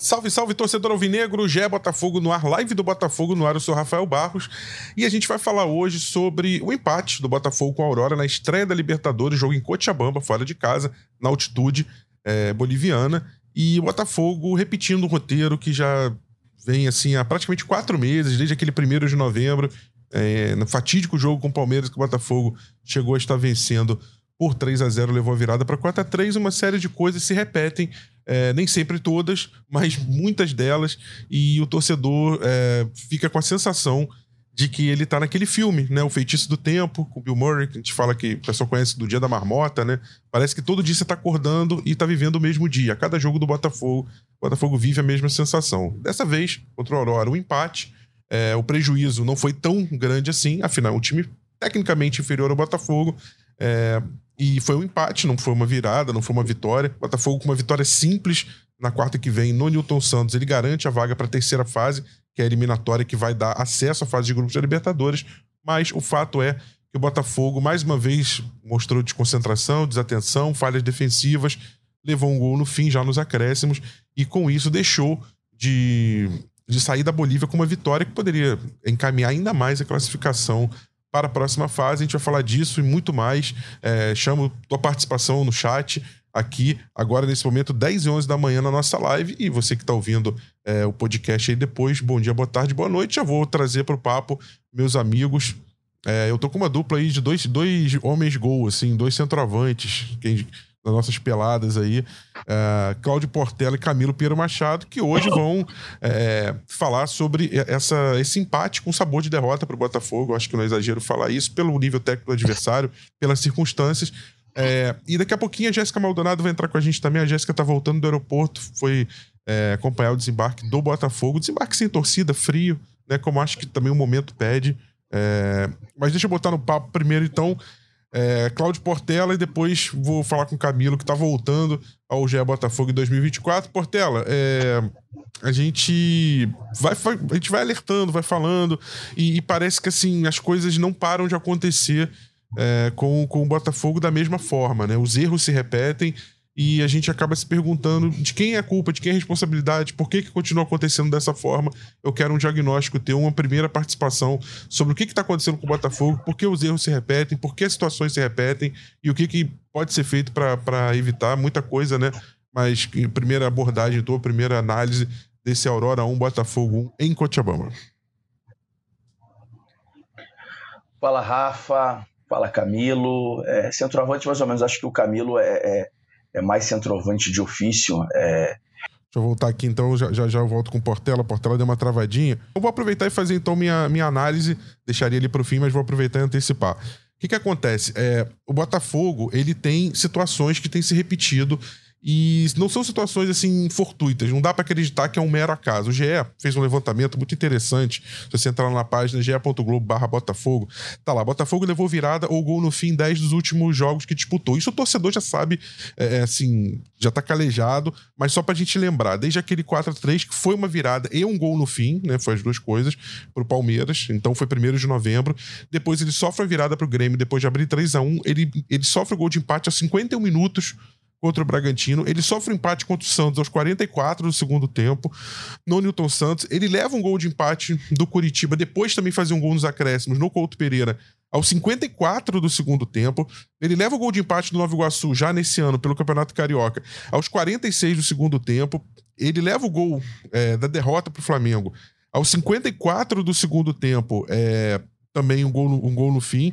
Salve, salve, torcedor alvinegro, GE Botafogo no ar, live do Botafogo no ar, eu sou Rafael Barros e a gente vai falar hoje sobre o empate do Botafogo com a Aurora na estreia da Libertadores, jogo em Cochabamba, fora de casa, na altitude boliviana, e o Botafogo repetindo um roteiro que já vem assim há praticamente 4 meses, desde aquele 1º de novembro, no fatídico jogo com o Palmeiras, que o Botafogo chegou a estar vencendo por 3-0, levou a virada para 4-3, uma série de coisas se repetem, nem sempre todas, mas muitas delas, e o torcedor fica com a sensação de que ele tá naquele filme, né? O Feitiço do Tempo, com o Bill Murray, que a gente fala que o pessoal conhece do Dia da Marmota, né? Parece que todo dia você tá acordando e tá vivendo o mesmo dia. A cada jogo do Botafogo, o Botafogo vive a mesma sensação. Dessa vez, contra o Aurora, o empate, o prejuízo não foi tão grande assim, afinal, um time tecnicamente inferior ao Botafogo, e foi um empate, não foi uma virada, não foi uma vitória. O Botafogo, com uma vitória simples na quarta que vem no Newton Santos, ele garante a vaga para a terceira fase, que é a eliminatória que vai dar acesso à fase de grupos da Libertadores. Mas o fato é que o Botafogo, mais uma vez, mostrou desconcentração, desatenção, falhas defensivas, levou um gol no fim, já nos acréscimos, e com isso deixou de sair da Bolívia com uma vitória que poderia encaminhar ainda mais a classificação para a próxima fase. A gente vai falar disso e muito mais. Chamo tua participação no chat aqui, agora nesse momento, 10h11 da manhã na nossa live, e você que está ouvindo o podcast aí depois, bom dia, boa tarde, boa noite. Já vou trazer para o papo meus amigos. Eu tô com uma dupla aí de dois homens gol, assim, 2 centroavantes, das nossas peladas aí, Cláudio Portela e Camilo Piero Machado, que hoje vão falar sobre esse empate com sabor de derrota para o Botafogo. Eu acho que não é exagero falar isso, pelo nível técnico do adversário, pelas circunstâncias. E daqui a pouquinho a Jéssica Maldonado vai entrar com a gente também. A Jéssica tá voltando do aeroporto, foi acompanhar o desembarque do Botafogo. Desembarque sem torcida, frio, né? Como acho que também o momento pede. Mas deixa eu botar no papo primeiro, então, Cláudio Portela, e depois vou falar com o Camilo, que tá voltando ao GE Botafogo em 2024. Portela, a gente vai alertando, vai falando, e parece que assim, as coisas não param de acontecer com o Botafogo da mesma forma, né? Os erros se repetem e a gente acaba se perguntando de quem é a culpa, de quem é a responsabilidade, por que continua acontecendo dessa forma. Eu quero um diagnóstico, ter uma primeira participação sobre o que está acontecendo com o Botafogo, por que os erros se repetem, por que as situações se repetem e o que pode ser feito para evitar muita coisa, né? Mas primeira abordagem, primeira análise desse Aurora 1, Botafogo 1 em Cochabamba. Fala, Rafa. Fala, Camilo. Centroavante, mais ou menos. Acho que o Camilo é mais centroavante de ofício. Deixa eu voltar aqui, então. Já eu volto com o Portela. Portela deu uma travadinha. Eu vou aproveitar e fazer, então, minha análise. Deixaria ele para o fim, mas vou aproveitar e antecipar. O que acontece? O Botafogo, ele tem situações que têm se repetido e não são situações, assim, fortuitas. Não dá para acreditar que é um mero acaso. O GE fez um levantamento muito interessante. Se você entrar na página ge.globo/Botafogo, tá lá. Botafogo levou virada ou gol no fim 10 dos últimos jogos que disputou. Isso o torcedor já sabe, assim, já tá calejado. Mas só pra gente lembrar, desde aquele 4-3, que foi uma virada e um gol no fim, né? Foi as duas coisas, pro Palmeiras. Então foi 1º de novembro. Depois ele sofre a virada pro Grêmio, depois de abrir 3-1. Ele sofre o gol de empate aos 51 minutos contra o Bragantino. Ele sofre um empate contra o Santos aos 44 do segundo tempo no Newton Santos. Ele leva um gol de empate do Curitiba, depois também fazia um gol nos acréscimos no Couto Pereira aos 54 do segundo tempo. Ele leva o gol de empate do Nova Iguaçu já nesse ano pelo Campeonato Carioca aos 46 do segundo tempo. Ele leva o gol da derrota pro Flamengo aos 54 do segundo tempo, também um gol no fim.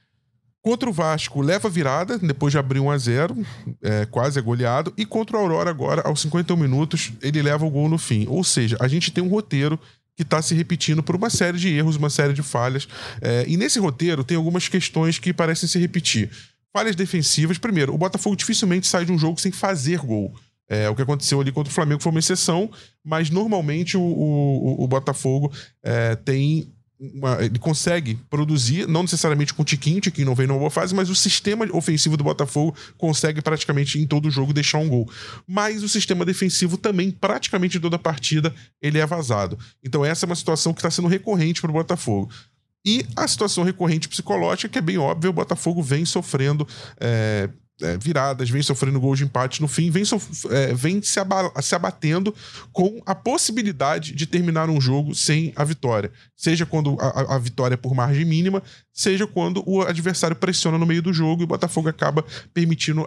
Contra o Vasco, leva virada, depois de abrir 1-0, quase goleado. E contra o Aurora agora, aos 51 minutos, ele leva o gol no fim. Ou seja, a gente tem um roteiro que está se repetindo por uma série de erros, uma série de falhas. E nesse roteiro tem algumas questões que parecem se repetir. Falhas defensivas. Primeiro, o Botafogo dificilmente sai de um jogo sem fazer gol. O que aconteceu ali contra o Flamengo foi uma exceção, mas normalmente o Botafogo tem... ele consegue produzir, não necessariamente com o Tiquinho não vem numa boa fase, mas o sistema ofensivo do Botafogo consegue praticamente em todo jogo deixar um gol. Mas o sistema defensivo também, praticamente toda a partida, ele é vazado. Então essa é uma situação que está sendo recorrente para o Botafogo. E a situação recorrente psicológica, que é bem óbvia, o Botafogo vem sofrendo viradas, vem sofrendo gols de empate no fim, vem se abatendo com a possibilidade de terminar um jogo sem a vitória. Seja quando a vitória é por margem mínima, seja quando o adversário pressiona no meio do jogo e o Botafogo acaba permitindo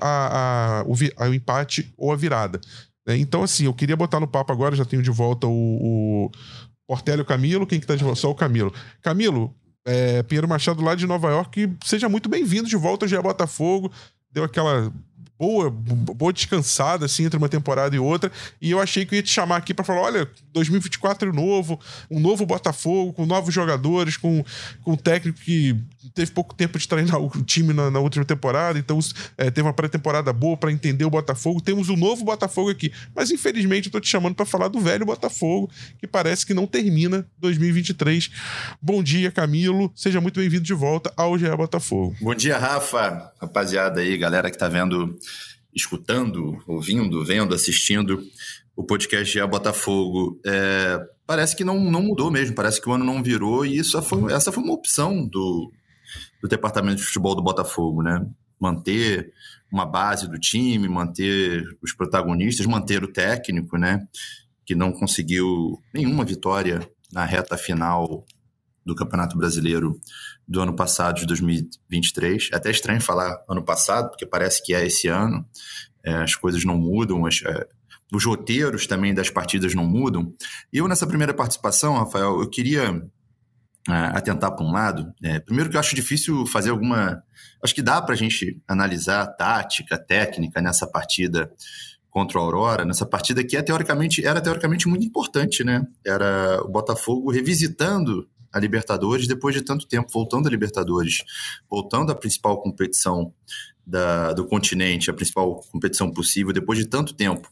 o empate ou a virada. Então, assim, eu queria botar no papo agora, já tenho de volta o Portela e o Camilo. Quem que tá de volta? Só o Camilo. Camilo, Pinheiro Machado lá de Nova York, seja muito bem-vindo de volta ao GE Botafogo. Deu aquela boa descansada, assim, entre uma temporada e outra, e eu achei que eu ia te chamar aqui pra falar, olha, 2024 novo, um novo Botafogo, com novos jogadores, com um técnico que teve pouco tempo de treinar o time na última temporada, então teve uma pré-temporada boa pra entender o Botafogo, temos um novo Botafogo aqui, mas infelizmente eu tô te chamando pra falar do velho Botafogo, que parece que não termina 2023. Bom dia, Camilo, seja muito bem-vindo de volta ao GE Botafogo. Bom dia, Rafa, rapaziada aí, galera que tá escutando, ouvindo, vendo, assistindo o podcast GE Botafogo. Parece que não mudou mesmo, parece que o ano não virou, e essa foi uma opção do departamento de futebol do Botafogo, né? Manter uma base do time, manter os protagonistas, manter o técnico, né? Que não conseguiu nenhuma vitória na reta final do Campeonato Brasileiro do ano passado, de 2023. É até estranho falar ano passado, porque parece que é esse ano. As coisas não mudam, os roteiros também das partidas não mudam. E eu, nessa primeira participação, Rafael, eu queria atentar para um lado. Primeiro que eu acho difícil fazer Acho que dá para a gente analisar a tática, técnica nessa partida contra o Aurora, nessa partida que era teoricamente muito importante, né? Era o Botafogo revisitando a Libertadores depois de tanto tempo, voltando à Libertadores, voltando à principal competição do continente, a principal competição possível depois de tanto tempo.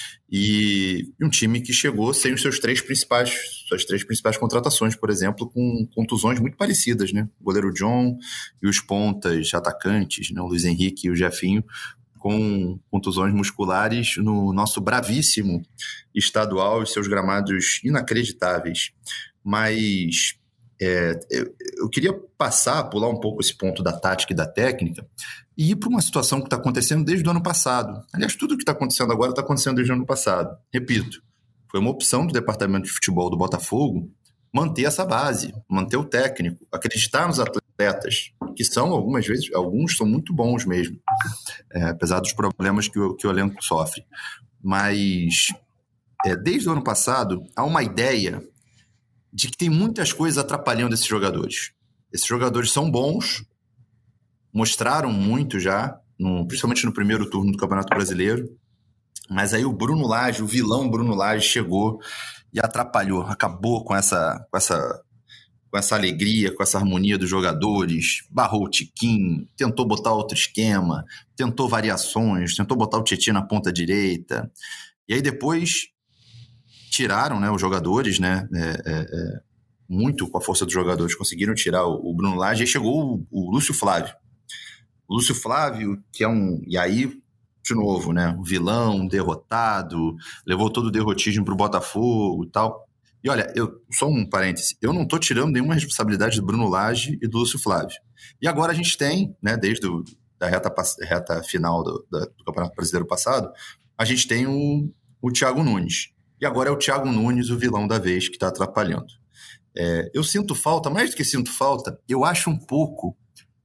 E um time que chegou sem suas três principais contratações, por exemplo, com contusões muito parecidas, né? O goleiro John e os pontas atacantes, né? O Luiz Henrique e o Jefinho, com contusões musculares no nosso bravíssimo estadual e seus gramados inacreditáveis. Mas eu queria pular um pouco esse ponto da tática e da técnica e ir para uma situação que está acontecendo desde o ano passado. Aliás, tudo que está acontecendo agora está acontecendo desde o ano passado. Repito, foi uma opção do departamento de futebol do Botafogo manter essa base, manter o técnico, acreditar nos atletas, que são, alguns são muito bons mesmo, apesar dos problemas que o elenco sofre. Mas, desde o ano passado, há uma ideia de que tem muitas coisas atrapalhando esses jogadores. Esses jogadores são bons, mostraram muito já, principalmente no primeiro turno do Campeonato Brasileiro, mas aí o Bruno Lage, o vilão Bruno Lage, chegou e atrapalhou, acabou com essa alegria, com essa harmonia dos jogadores, barrou o Tiquinho, tentou botar outro esquema, tentou variações, tentou botar o Tietchan na ponta direita, e aí depois tiraram, né, os jogadores, né, muito com a força dos jogadores, conseguiram tirar o Bruno Lage, e aí chegou o Lúcio Flávio. O Lúcio Flávio, que e aí, de novo, né, um vilão, derrotado, levou todo o derrotismo pro Botafogo e tal. E olha, só um parêntese, eu não estou tirando nenhuma responsabilidade do Bruno Lage e do Lúcio Flávio. E agora a gente tem, né, desde a reta final do Campeonato Brasileiro passado, a gente tem o Thiago Nunes. E agora é o Thiago Nunes, o vilão da vez, que está atrapalhando. Eu sinto falta, mais do que sinto falta, eu acho um pouco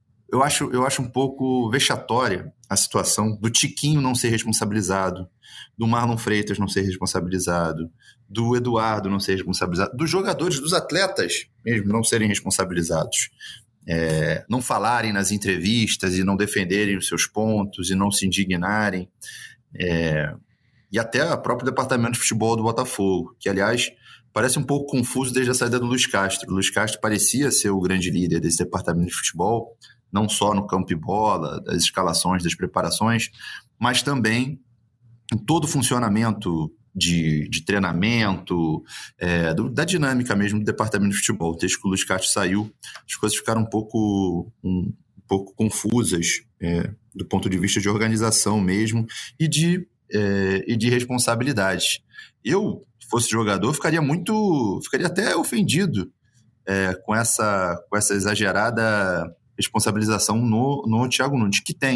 vexatória a situação do Tiquinho não ser responsabilizado, do Marlon Freitas não ser responsabilizado, do Eduardo não ser responsabilizado, dos jogadores, dos atletas mesmo não serem responsabilizados. Não falarem nas entrevistas e não defenderem os seus pontos e não se indignarem. E até o próprio departamento de futebol do Botafogo, que, aliás, parece um pouco confuso desde a saída do Luiz Castro. O Luiz Castro parecia ser o grande líder desse departamento de futebol, não só no campo e bola, das escalações, das preparações, mas também em todo o funcionamento de treinamento, da dinâmica mesmo do departamento de futebol. Desde que o Luiz Castro saiu, as coisas ficaram um pouco confusas, do ponto de vista de organização mesmo e de responsabilidade. Eu, se fosse jogador, ficaria até ofendido com essa exagerada responsabilização no Thiago Nunes, que tem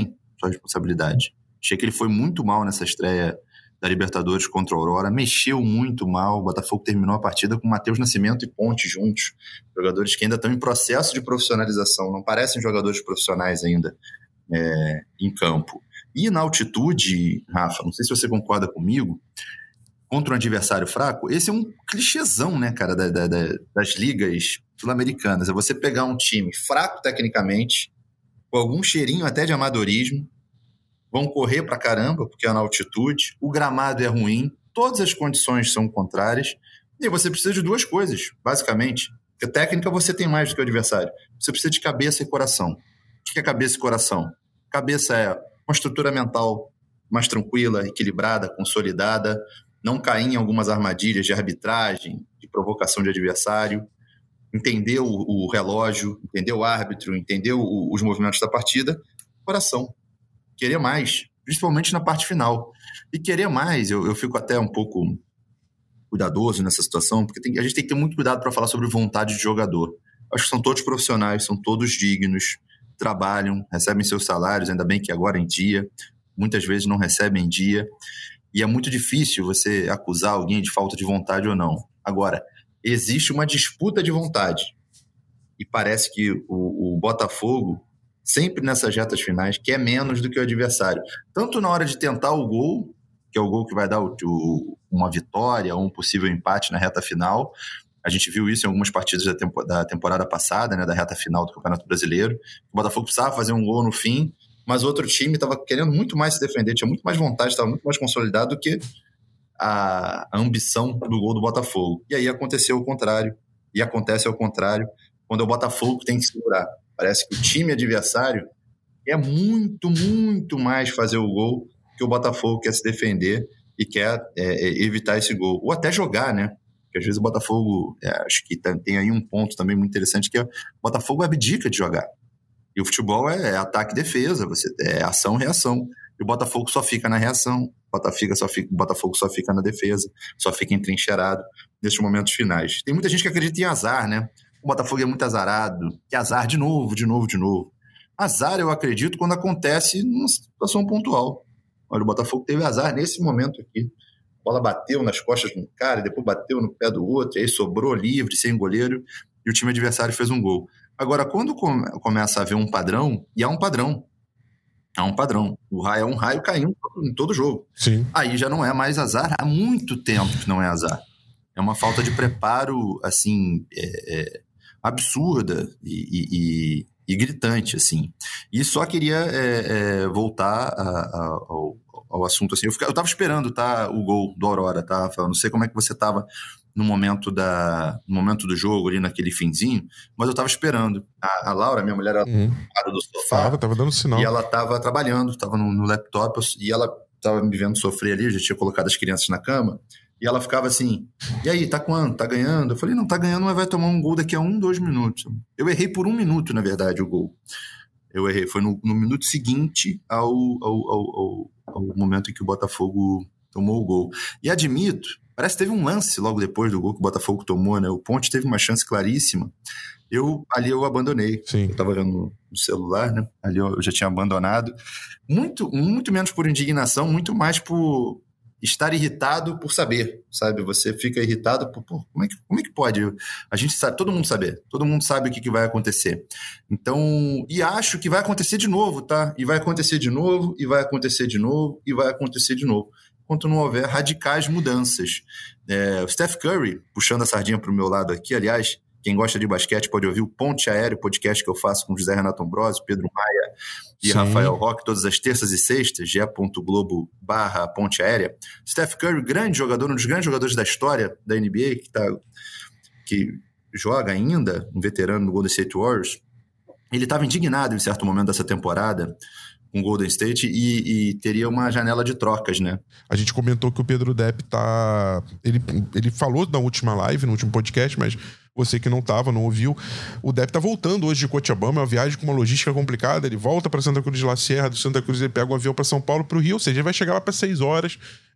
sua responsabilidade. Achei que ele foi muito mal nessa estreia da Libertadores contra o Aurora, mexeu muito mal. O Botafogo terminou a partida com Matheus Nascimento e Ponte juntos, jogadores que ainda estão em processo de profissionalização, não parecem jogadores profissionais ainda em campo. E na altitude, Rafa, não sei se você concorda comigo, contra um adversário fraco, esse é um clichêzão, né, cara, das ligas sul-americanas. É você pegar um time fraco tecnicamente, com algum cheirinho até de amadorismo, vão correr pra caramba, porque é na altitude, o gramado é ruim, todas as condições são contrárias, e você precisa de duas coisas, basicamente. Porque técnica você tem mais do que o adversário. Você precisa de cabeça e coração. O que é cabeça e coração? Cabeça é uma estrutura mental mais tranquila, equilibrada, consolidada, não cair em algumas armadilhas de arbitragem, de provocação de adversário, entender o relógio, entender o árbitro, entender os movimentos da partida. Coração. Querer mais, principalmente na parte final. E querer mais, eu fico até um pouco cuidadoso nessa situação, porque a gente tem que ter muito cuidado para falar sobre vontade de jogador. Acho que são todos profissionais, são todos dignos, trabalham, recebem seus salários, ainda bem que agora em dia, muitas vezes não recebem em dia, e é muito difícil você acusar alguém de falta de vontade ou não. Agora, existe uma disputa de vontade, e parece que o Botafogo, sempre nessas retas finais, quer menos do que o adversário, tanto na hora de tentar o gol, que é o gol que vai dar uma vitória ou um possível empate na reta final. A gente viu isso em algumas partidas da temporada passada, né, da reta final do Campeonato Brasileiro. O Botafogo precisava fazer um gol no fim, mas o outro time estava querendo muito mais se defender, tinha muito mais vontade, estava muito mais consolidado do que a ambição do gol do Botafogo. E aí aconteceu o contrário, e acontece ao contrário, quando o Botafogo tem que segurar. Parece que o time adversário quer muito, muito mais fazer o gol que o Botafogo quer se defender e quer evitar esse gol. Ou até jogar, né? Porque às vezes o Botafogo, acho que tem aí um ponto também muito interessante, que é o Botafogo abdica de jogar. E o futebol é ataque e defesa, é ação e reação. E o Botafogo só fica na reação, o Botafogo só fica na defesa, só fica entrincheirado nesses momentos finais. Tem muita gente que acredita em azar, né? O Botafogo é muito azarado, que azar de novo. Azar, eu acredito, quando acontece numa situação pontual. Olha, o Botafogo teve azar nesse momento aqui. A bola bateu nas costas de um cara, e depois bateu no pé do outro, e aí sobrou livre, sem goleiro, e o time adversário fez um gol. Agora, quando começa a haver um padrão, e há um padrão, o raio é um raio caindo em todo jogo. Sim. Aí já não é mais azar, há muito tempo que não é azar. É uma falta de preparo, assim, absurda e gritante, assim. E só queria voltar ao assunto, assim. Eu tava esperando, tá, o gol do Aurora, tá, Rafael? Não sei como é que você tava no momento do jogo, ali naquele finzinho, mas eu tava esperando. A Laura, minha mulher, ela tava do sofá. Tava dando sinal. E ela tava trabalhando, tava no laptop, e ela tava me vendo sofrer ali, eu já tinha colocado as crianças na cama, e ela ficava assim, e aí, tá quanto? Tá ganhando? Eu falei, não, tá ganhando, mas vai tomar um gol daqui a 2 minutos. Eu errei por 1 minuto, na verdade, o gol. Eu errei, foi no minuto seguinte ao momento em que o Botafogo tomou o gol. E admito, parece que teve um lance logo depois do gol que o Botafogo tomou, né? O Ponte teve uma chance claríssima. Ali eu abandonei. Sim. Eu tava olhando no celular, né? Ali eu já tinha abandonado. Muito, muito menos por indignação, muito mais por estar irritado por saber, sabe? Você fica irritado por como é que pode? A gente sabe, todo mundo sabe o que vai acontecer. Então, e acho que vai acontecer de novo, tá? E vai acontecer de novo, e vai acontecer de novo, e vai acontecer de novo, enquanto não houver radicais mudanças. O Steph Curry, puxando a sardinha pro meu lado aqui, aliás, quem gosta de basquete pode ouvir o Ponte Aéreo, podcast que eu faço com José Renato Ambrosio, Pedro Maia e Sim. Rafael Roque, todas as terças e sextas, ge.globo/Ponte Aérea. Steph Curry, grande jogador, um dos grandes jogadores da história da NBA, que joga ainda, um veterano do Golden State Warriors. Ele estava indignado em certo momento dessa temporada com o Golden State e teria uma janela de trocas, né? A gente comentou que o Pedro Depp tá... Ele falou na última live, no último podcast, mas você que não ouviu, o Depp tá voltando hoje de Cochabamba, é uma viagem com uma logística complicada, ele volta para Santa Cruz de La Sierra, do Santa Cruz ele pega um avião para São Paulo, para o Rio, ou seja, ele vai chegar lá para 6 horas,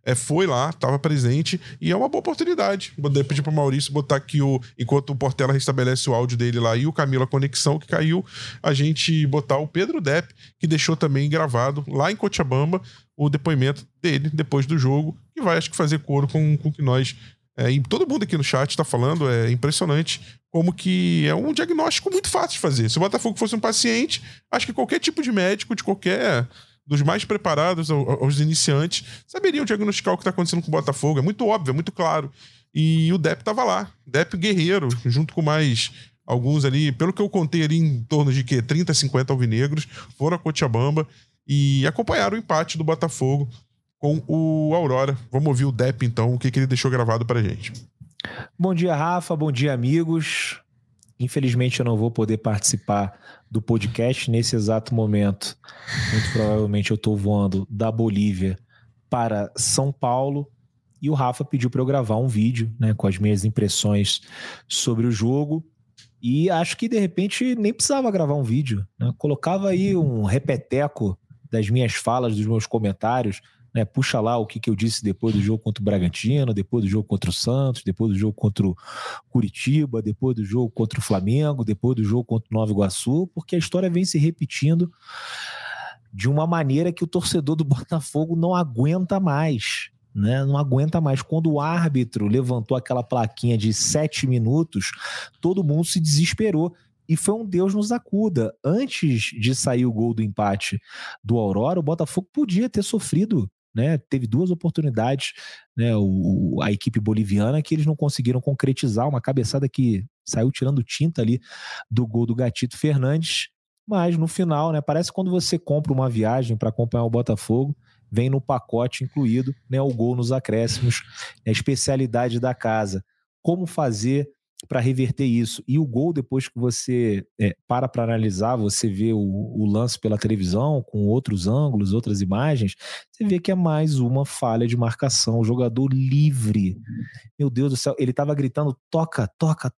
foi lá, estava presente, e é uma boa oportunidade. Vou pedir para o Maurício botar aqui, enquanto o Portela restabelece o áudio dele lá e o Camilo a conexão que caiu, a gente botar o Pedro Depp, que deixou também gravado lá em Cochabamba o depoimento dele depois do jogo, que vai, acho que, fazer coro com o que nós... e todo mundo aqui no chat está falando, é impressionante como que é um diagnóstico muito fácil de fazer. Se o Botafogo fosse um paciente, acho que qualquer tipo de médico, de qualquer... dos mais preparados aos iniciantes, saberiam diagnosticar o que está acontecendo com o Botafogo. É muito óbvio, é muito claro. E o Depp estava lá. Depp guerreiro, junto com mais alguns ali, pelo que eu contei ali, em torno de 30, 50 alvinegros, foram a Cochabamba e acompanharam o empate do Botafogo com o Aurora. Vamos ouvir o Depp, então, o que ele deixou gravado pra gente. Bom dia, Rafa. Bom dia, amigos. Infelizmente eu não vou poder participar do podcast nesse exato momento. Muito provavelmente eu estou voando da Bolívia para São Paulo e o Rafa pediu para eu gravar um vídeo, né, com as minhas impressões sobre o jogo, e acho que de repente nem precisava gravar um vídeo, né? Colocava aí um repeteco das minhas falas, dos meus comentários, né? Puxa lá o que eu disse depois do jogo contra o Bragantino, depois do jogo contra o Santos, depois do jogo contra o Curitiba, depois do jogo contra o Flamengo, depois do jogo contra o Nova Iguaçu, porque a história vem se repetindo de uma maneira que o torcedor do Botafogo não aguenta mais, né? Não aguenta mais. Quando o árbitro levantou aquela plaquinha de 7 minutos, todo mundo se desesperou. E foi um Deus nos acuda. Antes de sair o gol do empate do Aurora, o Botafogo podia ter sofrido, né? Teve 2 oportunidades, né? A equipe boliviana, que eles não conseguiram concretizar, uma cabeçada que saiu tirando tinta ali do gol do Gatito Fernandes. Mas no final, né? Parece quando você compra uma viagem para acompanhar o Botafogo, vem no pacote incluído, né, o gol nos acréscimos, a especialidade da casa. Como fazer para reverter isso? E o gol, depois que você para analisar, você vê o lance pela televisão, com outros ângulos, outras imagens, você vê que é mais uma falha de marcação. O jogador livre, meu Deus do céu, ele estava gritando, toca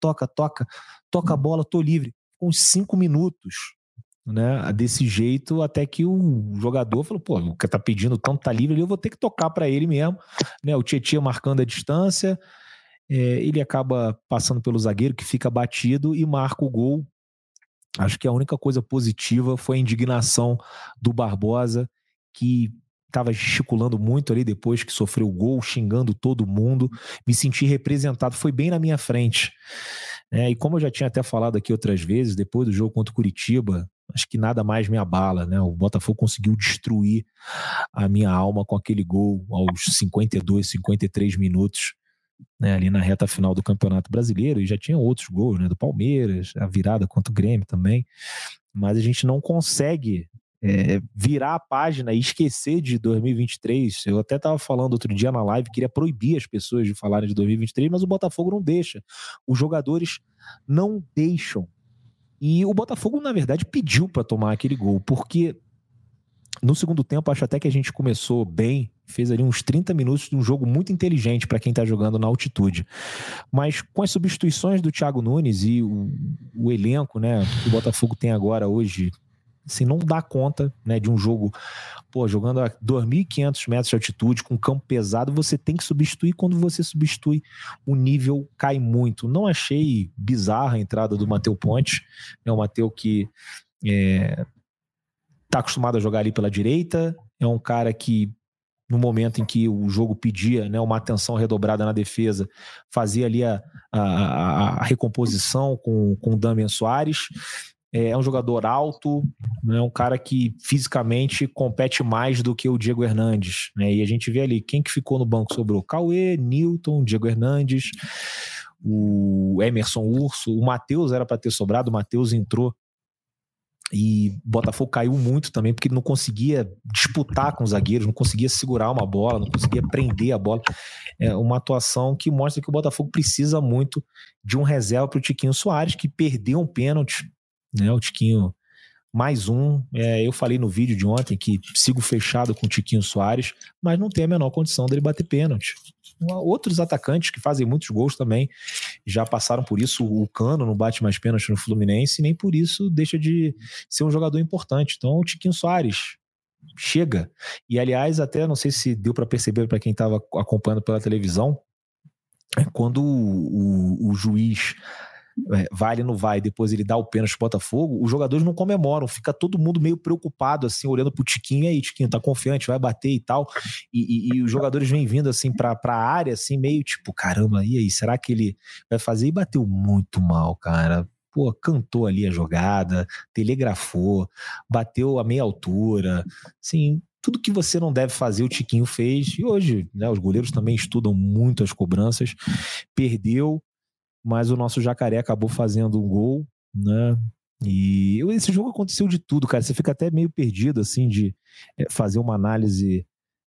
a bola, tô livre, com uns 5 minutos. Né, desse jeito, até que o jogador falou, pô, o cara tá pedindo tanto, tá livre ali, eu vou ter que tocar para ele mesmo, né? O Tietchan marcando a distância, ele acaba passando pelo zagueiro, que fica batido e marca o gol. Acho que a única coisa positiva foi a indignação do Barbosa, que estava gesticulando muito ali depois que sofreu o gol, xingando todo mundo. Me senti representado, foi bem na minha frente. E como eu já tinha até falado aqui outras vezes, depois do jogo contra o Curitiba, acho que nada mais me abala, né? O Botafogo conseguiu destruir a minha alma com aquele gol aos 52, 53 minutos, né? Ali na reta final do Campeonato Brasileiro, e já tinha outros gols, né? Do Palmeiras, a virada contra o Grêmio também, mas a gente não consegue virar a página e esquecer de 2023. Eu até estava falando outro dia na live, queria proibir as pessoas de falarem de 2023, mas o Botafogo não deixa. Os jogadores não deixam. E o Botafogo, na verdade, pediu para tomar aquele gol, porque no segundo tempo, acho até que a gente começou bem, fez ali uns 30 minutos de um jogo muito inteligente para quem está jogando na altitude. Mas com as substituições do Thiago Nunes e o elenco, né, que o Botafogo tem agora hoje, assim, não dá conta, né, de um jogo, jogando a 2.500 metros de altitude, com campo pesado, você tem que substituir. Quando você substitui, o nível cai muito. Não achei bizarra a entrada do Matheus Ponte, né, o Matheus que tá acostumado a jogar ali pela direita, é um cara que, no momento em que o jogo pedia, né, uma atenção redobrada na defesa, fazia ali a recomposição com o Damian Soares. É um jogador alto, né, um cara que fisicamente compete mais do que o Diego Hernandes, né, e a gente vê ali quem que ficou no banco. Sobrou Cauê, Newton, Diego Hernandes, o Emerson Urso, o Matheus era para ter sobrado, o Matheus entrou, e o Botafogo caiu muito também, porque ele não conseguia disputar com os zagueiros, não conseguia segurar uma bola, não conseguia prender a bola. É uma atuação que mostra que o Botafogo precisa muito de um reserva para o Tiquinho Soares, que perdeu um pênalti, né? O Tiquinho, mais um. Eu falei no vídeo de ontem que sigo fechado com o Tiquinho Soares, mas não tem a menor condição dele bater pênalti. Outros atacantes que fazem muitos gols também já passaram por isso. O Cano não bate mais pênalti no Fluminense, nem por isso deixa de ser um jogador importante. Então o Tiquinho Soares, chega. E, aliás, até não sei se deu para perceber para quem estava acompanhando pela televisão, quando o juiz vai, ele não vai, depois ele dá o pênalti pro Botafogo, os jogadores não comemoram, fica todo mundo meio preocupado, assim, olhando pro Tiquinho, e aí, Tiquinho, tá confiante, vai bater e tal, e os jogadores vêm vindo, assim, pra área, assim, meio tipo, caramba, e aí, será que ele vai fazer? E bateu muito mal, cara. Pô, cantou ali a jogada, telegrafou, bateu a meia altura, assim, tudo que você não deve fazer o Tiquinho fez, e hoje, né, os goleiros também estudam muito as cobranças, perdeu, mas o nosso Jacaré acabou fazendo um gol, né, e esse jogo aconteceu de tudo, cara, você fica até meio perdido, assim, de fazer uma análise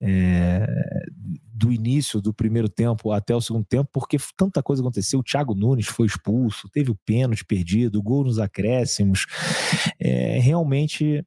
do início do primeiro tempo até o segundo tempo, porque tanta coisa aconteceu. O Thiago Nunes foi expulso, teve o pênalti perdido, o gol nos acréscimos, realmente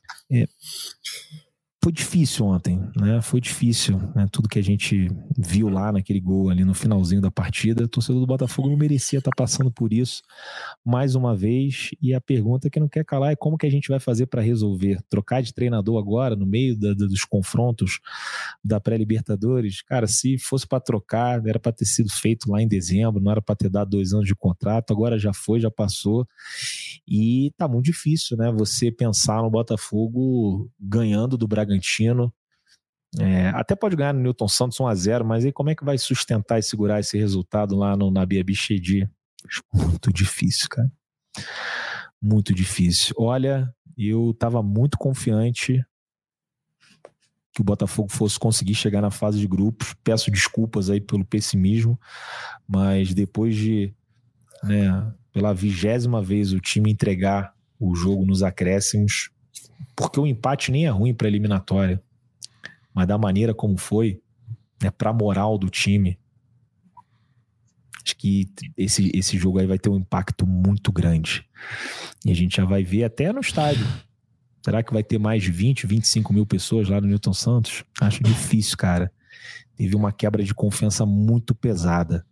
foi difícil ontem, né? Foi difícil, né? Tudo que a gente viu lá naquele gol ali no finalzinho da partida, o torcedor do Botafogo não merecia estar passando por isso mais uma vez, e a pergunta que não quer calar é como que a gente vai fazer para resolver? Trocar de treinador agora, no meio dos confrontos da pré-Libertadores? Cara, se fosse para trocar, era para ter sido feito lá em dezembro, não era para ter dado 2 anos de contrato, agora já foi, já passou, e tá muito difícil, né? Você pensar no Botafogo ganhando do Bragantino, até pode ganhar no Newton Santos 1-0, mas aí como é que vai sustentar e segurar esse resultado lá no Nabi Abichedi? Muito difícil, cara. Muito difícil. Olha, eu estava muito confiante que o Botafogo fosse conseguir chegar na fase de grupos. Peço desculpas aí pelo pessimismo, mas depois de, pela 20ª vez o time entregar o jogo nos acréscimos, porque o empate nem é ruim para a eliminatória, mas da maneira como foi, para a moral do time, acho que esse jogo aí vai ter um impacto muito grande. E a gente já vai ver até no estádio. Será que vai ter mais de 20, 25 mil pessoas lá no Newton Santos? Acho difícil, cara. Teve uma quebra de confiança muito pesada.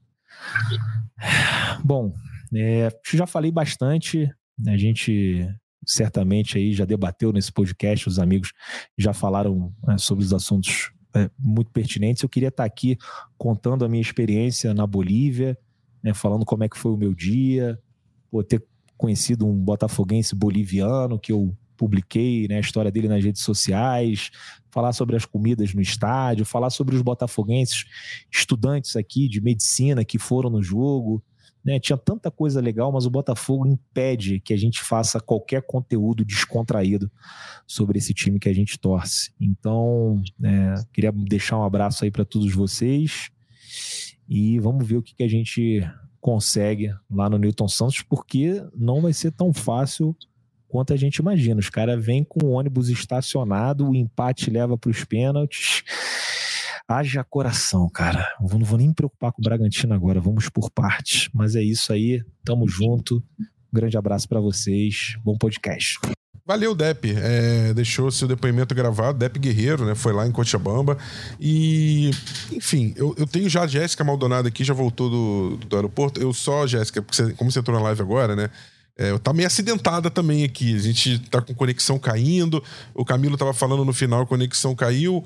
Bom, já falei bastante, a gente certamente aí já debateu nesse podcast, os amigos já falaram sobre os assuntos muito pertinentes. Eu queria estar aqui contando a minha experiência na Bolívia, falando como é que foi o meu dia, ter conhecido um botafoguense boliviano que eu publiquei, a história dele nas redes sociais, falar sobre as comidas no estádio, falar sobre os botafoguenses, estudantes aqui de medicina que foram no jogo, tinha tanta coisa legal, mas o Botafogo impede que a gente faça qualquer conteúdo descontraído sobre esse time que a gente torce. Então, queria deixar um abraço aí para todos vocês e vamos ver o que a gente consegue lá no Newton Santos, porque não vai ser tão fácil quanto a gente imagina. Os caras vêm com o ônibus estacionado, o empate leva para os pênaltis. Haja coração, cara. Eu não vou nem me preocupar com o Bragantino agora, vamos por partes. Mas é isso aí, tamo junto. Um grande abraço pra vocês, bom podcast. Valeu, Depp. Deixou seu depoimento gravado, Depp Guerreiro, né? Foi lá em Cochabamba. E, enfim, eu tenho já a Jéssica Maldonado aqui, já voltou do aeroporto. Eu só, Jéssica, porque como você entrou na live agora, né? Tá meio acidentada também aqui. A gente tá com conexão caindo. O Camilo tava falando no final, a conexão caiu.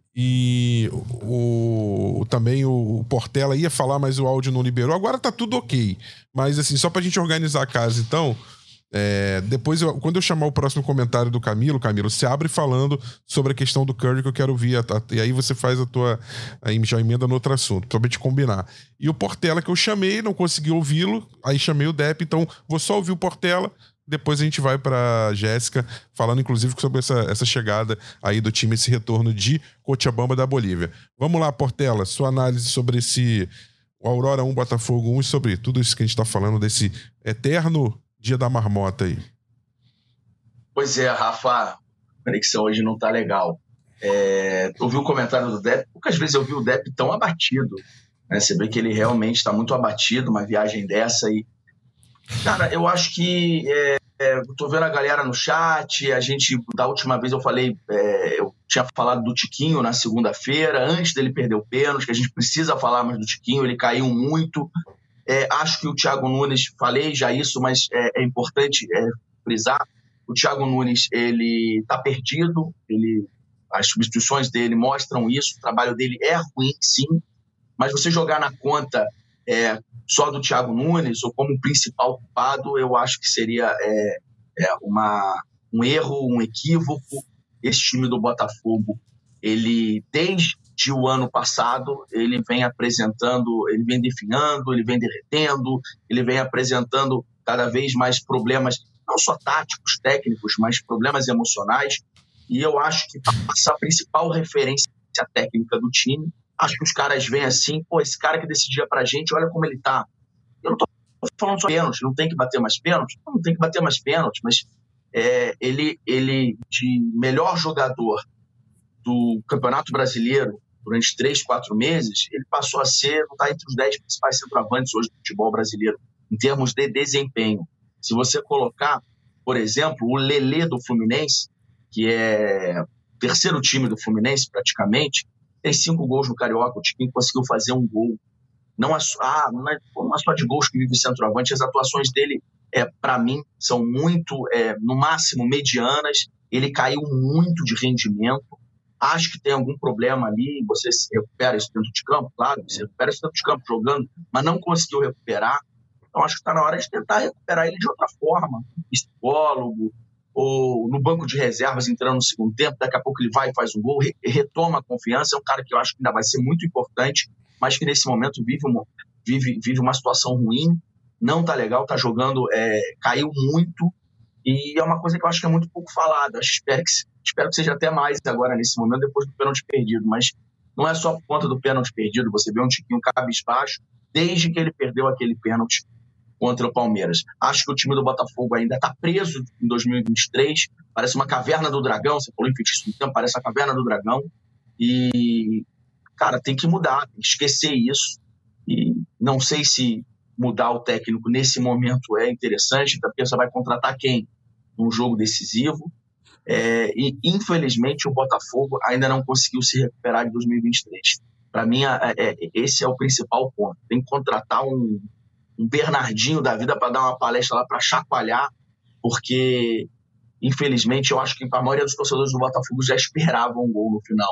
E também o Portela ia falar, mas o áudio não liberou. Agora tá tudo ok. Mas assim, só pra gente organizar a casa, então, depois, quando eu chamar o próximo comentário do Camilo, você abre falando sobre a questão do Curry, que eu quero ouvir. E aí você faz já emenda no outro assunto, pra gente combinar. E o Portela que eu chamei, não consegui ouvi-lo, aí chamei o Depp, então vou só ouvir o Portela. Depois a gente vai para Jéssica, falando inclusive sobre essa chegada aí do time, esse retorno de Cochabamba da Bolívia. Vamos lá, Portela, sua análise sobre o Aurora 1, Botafogo 1 e sobre tudo isso que a gente está falando desse eterno dia da marmota aí. Pois é, Rafa, a conexão hoje não tá legal. Eu vi o comentário do Depp, poucas vezes eu vi o Depp tão abatido, né? Você vê que ele realmente está muito abatido, uma viagem dessa aí. Cara, eu acho que eu tô vendo a galera no chat, da última vez eu falei, eu tinha falado do Tiquinho na segunda-feira, antes dele perder o pênalti, que a gente precisa falar mais do Tiquinho, ele caiu muito. Acho que o Thiago Nunes, falei já isso, mas é importante frisar, o Thiago Nunes, ele tá perdido, as substituições dele mostram isso, o trabalho dele é ruim, sim, mas você jogar na conta só do Thiago Nunes ou como principal culpado, eu acho que seria um erro, um equívoco. Esse time do Botafogo, ele, desde o ano passado, ele vem apresentando, ele vem definhando, ele vem derretendo, ele vem apresentando cada vez mais problemas, não só táticos, técnicos, mas problemas emocionais. E eu acho que essa principal referência técnica do time, acho que os caras veem assim, pô, esse cara que decidia pra gente, olha como ele tá. Eu não tô falando só pênalti, não tem que bater mais pênalti, não tem que bater mais pênalti, mas ele de melhor jogador do Campeonato Brasileiro durante 3-4 meses, ele passou a não tá entre os 10 principais centroavantes hoje do futebol brasileiro, em termos de desempenho. Se você colocar, por exemplo, o Lelê do Fluminense, que é o terceiro time do Fluminense praticamente, tem 5 gols no Carioca, o time conseguiu fazer um gol. Não é só de gols que vive o centroavante, as atuações dele, para mim, são muito, no máximo, medianas. Ele caiu muito de rendimento. Acho que tem algum problema ali, você recupera isso dentro de campo, claro, você recupera isso dentro de campo jogando, mas não conseguiu recuperar. Então acho que está na hora de tentar recuperar ele de outra forma, psicólogo, ou no banco de reservas entrando no segundo tempo, daqui a pouco ele vai e faz um gol, retoma a confiança. É um cara que eu acho que ainda vai ser muito importante, mas que nesse momento vive uma situação ruim, não tá legal, tá jogando, caiu muito, e é uma coisa que eu acho que é muito pouco falada. Espero que seja até mais agora nesse momento, depois do pênalti perdido, mas não é só por conta do pênalti perdido, você vê um tiquinho cabisbaixo desde que ele perdeu aquele pênalti contra o Palmeiras. Acho que o time do Botafogo ainda está preso em 2023, parece uma caverna do dragão, você falou em feitiço do tempo, parece a caverna do dragão, e, cara, tem que mudar, tem que esquecer isso, e não sei se mudar o técnico nesse momento é interessante, porque você vai contratar quem num jogo decisivo, e infelizmente o Botafogo ainda não conseguiu se recuperar de 2023. Para mim, esse é o principal ponto, tem que contratar um Bernardinho da vida para dar uma palestra lá, para chacoalhar, porque, infelizmente, eu acho que a maioria dos torcedores do Botafogo já esperavam um gol no final.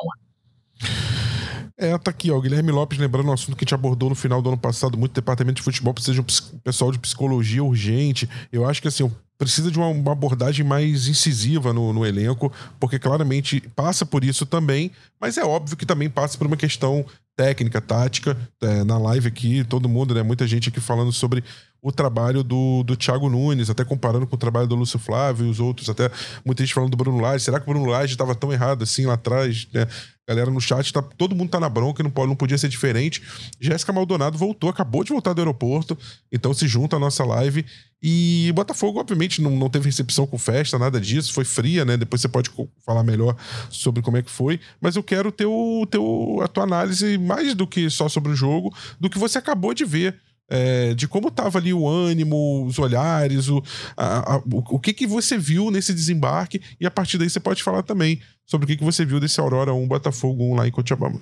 Tá aqui, ó, o Guilherme Lopes lembrando um assunto que a gente abordou no final do ano passado, muito departamento de futebol precisa de um pessoal de psicologia urgente. Eu acho que, assim, precisa de uma abordagem mais incisiva no elenco, porque claramente passa por isso também, mas é óbvio que também passa por uma questão técnica, tática. Na live aqui, todo mundo, né, muita gente aqui falando sobre o trabalho do Thiago Nunes, até comparando com o trabalho do Lúcio Flávio e os outros, até muita gente falando do Bruno Lage. Será que o Bruno Lage estava tão errado assim lá atrás, né? Galera no chat, todo mundo tá na bronca, não podia ser diferente. Jéssica Maldonado acabou de voltar do aeroporto, então se junta à nossa live. E Botafogo, obviamente, não teve recepção com festa, nada disso, foi fria, né? Depois você pode falar melhor sobre como é que foi, mas eu quero ter a tua análise mais do que só sobre o jogo, do que você acabou de ver. De como tava ali o ânimo, os olhares, o que você viu nesse desembarque, e a partir daí você pode falar também sobre o que você viu desse Aurora 1, Botafogo 1 lá em Cochabamba.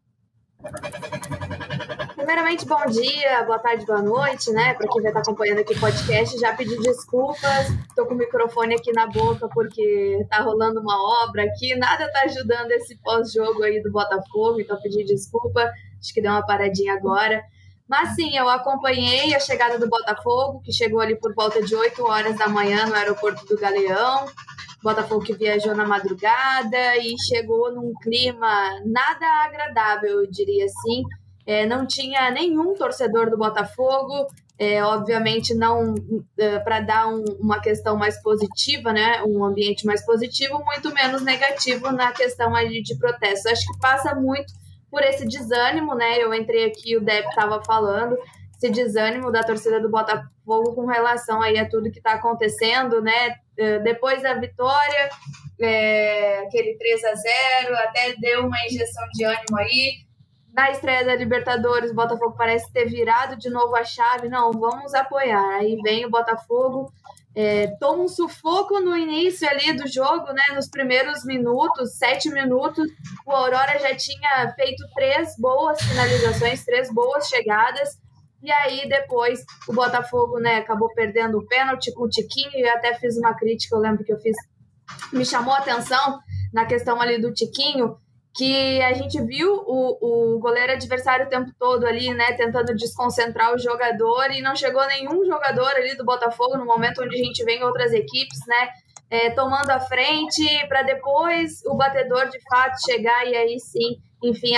Primeiramente, bom dia, boa tarde, boa noite, né? Para quem vai estar acompanhando aqui o podcast, já pedi desculpas, tô com o microfone aqui na boca porque tá rolando uma obra aqui, nada tá ajudando esse pós-jogo aí do Botafogo, então pedi desculpa, acho que deu uma paradinha agora. Mas sim, eu acompanhei a chegada do Botafogo, que chegou ali por volta de 8 horas da manhã no aeroporto do Galeão. Botafogo que viajou na madrugada e chegou num clima nada agradável, eu diria assim. Não tinha nenhum torcedor do Botafogo, obviamente não para dar uma questão mais positiva, né? Um ambiente mais positivo, muito menos negativo na questão ali de protesto. Acho que passa muito por esse desânimo, né? Eu entrei aqui, o Deb estava falando, esse desânimo da torcida do Botafogo com relação aí a tudo que está acontecendo, né? Depois da vitória, aquele 3-0, até deu uma injeção de ânimo aí. Na estreia da Libertadores, o Botafogo parece ter virado de novo a chave. Não, vamos apoiar. Aí vem o Botafogo, toma um sufoco no início ali do jogo, né? Nos primeiros minutos, 7 minutos, o Aurora já tinha feito 3 boas finalizações, 3 boas chegadas. E aí, depois, o Botafogo, né, acabou perdendo o pênalti com o Tiquinho, e eu até fiz uma crítica, eu lembro que eu fiz, me chamou a atenção na questão ali do Tiquinho, que a gente viu o goleiro adversário o tempo todo ali, né, tentando desconcentrar o jogador, e não chegou nenhum jogador ali do Botafogo no momento onde a gente vê em outras equipes, né, tomando a frente, para depois o batedor de fato chegar e aí sim, enfim,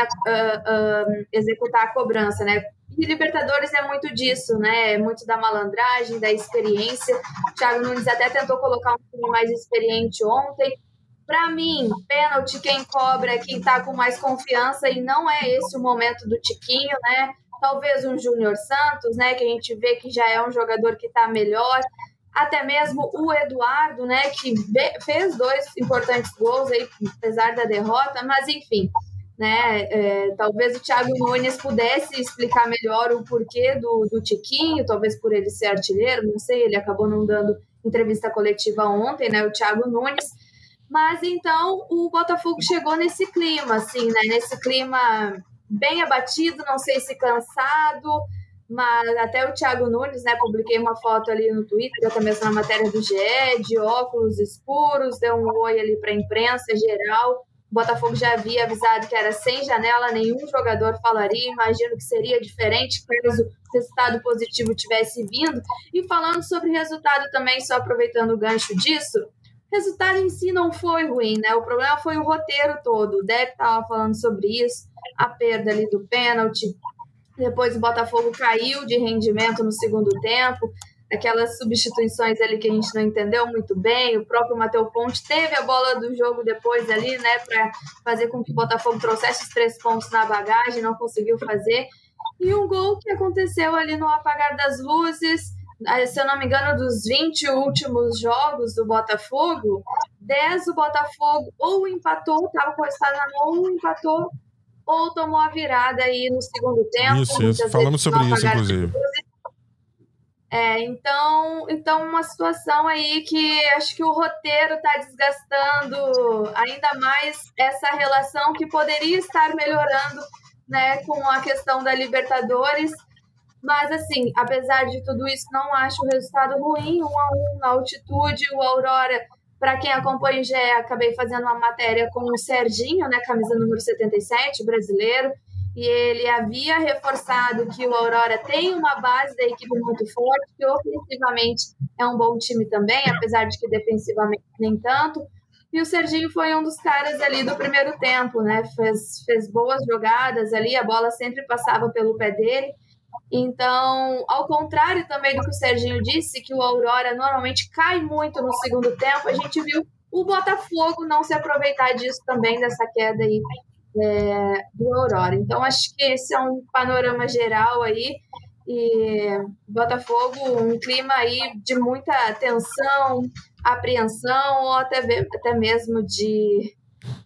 executar a cobrança, né. E Libertadores é muito disso, né? É muito da malandragem, da experiência. O Thiago Nunes até tentou colocar um time mais experiente ontem. Para mim, pênalti, quem cobra é quem tá com mais confiança, e não é esse o momento do Tiquinho, né? Talvez um Júnior Santos, né? Que a gente vê que já é um jogador que tá melhor. Até mesmo o Eduardo, né? Que fez 2 importantes gols aí, apesar da derrota, mas enfim... né? Talvez o Thiago Nunes pudesse explicar melhor o porquê do Tiquinho, talvez por ele ser artilheiro, não sei, ele acabou não dando entrevista coletiva ontem, né, o Thiago Nunes, mas então o Botafogo chegou nesse clima, assim, né, nesse clima bem abatido, não sei se cansado, mas até o Thiago Nunes, né, publiquei uma foto ali no Twitter, até mesmo na matéria do GE, de óculos escuros, deu um oi ali para a imprensa geral. O Botafogo já havia avisado que era sem janela, nenhum jogador falaria, imagino que seria diferente caso o resultado positivo tivesse vindo. E falando sobre resultado também, só aproveitando o gancho disso, o resultado em si não foi ruim, né? O problema foi o roteiro todo. O Depp estava falando sobre isso, a perda ali do pênalti. Depois o Botafogo caiu de rendimento no segundo tempo. Aquelas substituições ali que a gente não entendeu muito bem, o próprio Matheus Ponte teve a bola do jogo depois ali, né, para fazer com que o Botafogo trouxesse os 3 pontos na bagagem, não conseguiu fazer, e um gol que aconteceu ali no apagar das luzes, se eu não me engano, dos 20 últimos jogos do Botafogo, 10 o Botafogo ou empatou, estava com o resultado na mão, ou empatou, ou tomou a virada aí no segundo tempo. Isso, falamos sobre isso, inclusive. Então uma situação aí que acho que o roteiro está desgastando ainda mais essa relação que poderia estar melhorando, né, com a questão da Libertadores. Mas, assim, apesar de tudo isso, não acho o resultado ruim, 1-1 na altitude. O Aurora, para quem acompanha o GE, acabei fazendo uma matéria com o Serginho, né, camisa número 77, brasileiro, e ele havia reforçado que o Aurora tem uma base da equipe muito forte, que ofensivamente é um bom time também, apesar de que defensivamente nem tanto. E o Serginho foi um dos caras ali do primeiro tempo, né? Fez boas jogadas ali, a bola sempre passava pelo pé dele. Então, ao contrário também do que o Serginho disse, que o Aurora normalmente cai muito no segundo tempo, a gente viu o Botafogo não se aproveitar disso também, dessa queda aí do Aurora. Então, acho que esse é um panorama geral aí, e Botafogo, um clima aí de muita tensão, apreensão, ou até mesmo de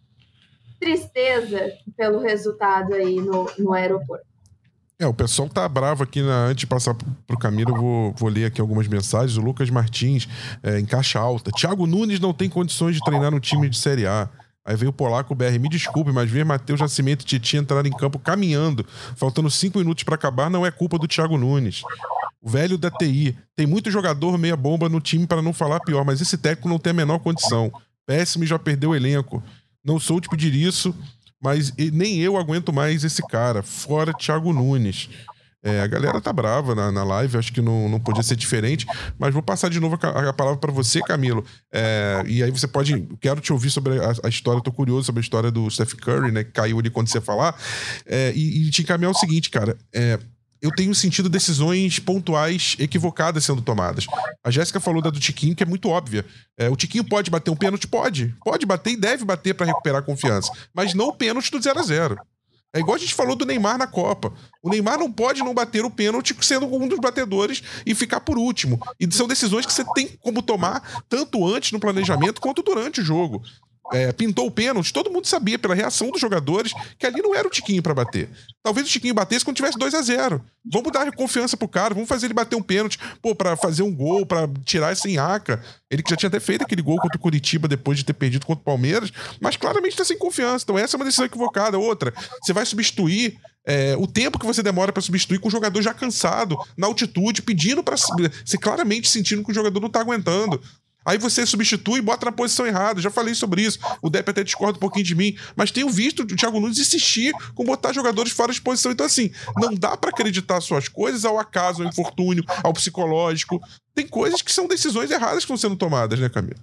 tristeza pelo resultado aí no aeroporto. O pessoal tá bravo aqui, antes de passar pro Camilo, eu vou ler aqui algumas mensagens. O Lucas Martins, em caixa alta. Thiago Nunes não tem condições de treinar um time de Série A. Aí veio o polaco BR, me desculpe, mas ver Matheus Nascimento e Titi entraram em campo caminhando, faltando 5 minutos para acabar, não é culpa do Thiago Nunes. O velho da TI, tem muito jogador meia bomba no time, para não falar pior, mas esse técnico não tem a menor condição. Péssimo e já perdeu o elenco. Não sou de pedir isso, mas nem eu aguento mais esse cara. Fora Thiago Nunes. A galera tá brava na live, acho que não podia ser diferente, mas vou passar de novo a palavra para você, Camilo. E aí você pode... Quero te ouvir sobre a história, tô curioso sobre a história do Steph Curry, né, que caiu ali quando você falar, e te encaminhar o seguinte, cara. Eu tenho sentido decisões pontuais equivocadas sendo tomadas. A Jéssica falou da do Tiquinho, que é muito óbvia. O Tiquinho pode bater um pênalti? Pode bater e deve bater para recuperar a confiança, mas não o pênalti do 0-0. É igual a gente falou do Neymar na Copa. O Neymar não pode não bater o pênalti sendo um dos batedores e ficar por último. E são decisões que você tem como tomar tanto antes no planejamento quanto durante o jogo. Pintou o pênalti, todo mundo sabia pela reação dos jogadores que ali não era o Tiquinho pra bater. Talvez o Tiquinho batesse quando tivesse 2-0. Vamos dar confiança pro cara, vamos fazer ele bater um pênalti, pra fazer um gol, pra tirar esse nhaca. Ele que já tinha até feito aquele gol contra o Curitiba depois de ter perdido contra o Palmeiras, mas claramente tá sem confiança. Então essa é uma decisão equivocada. Outra, você vai substituir o tempo que você demora para substituir com o jogador já cansado, na altitude, pedindo para se claramente sentindo que o jogador não tá aguentando. Aí você substitui e bota na posição errada. Já falei sobre isso. O Depp até discorda um pouquinho de mim. Mas tenho visto o Thiago Nunes insistir com botar jogadores fora de posição. Então, assim, não dá pra acreditar suas coisas ao acaso, ao infortúnio, ao psicológico. Tem coisas que são decisões erradas que estão sendo tomadas, né, Camilo?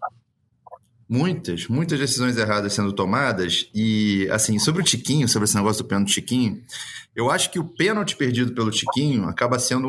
Muitas decisões erradas sendo tomadas. E, assim, sobre o Tiquinho, sobre esse negócio do pênalti Tiquinho, eu acho que o pênalti perdido pelo Tiquinho acaba sendo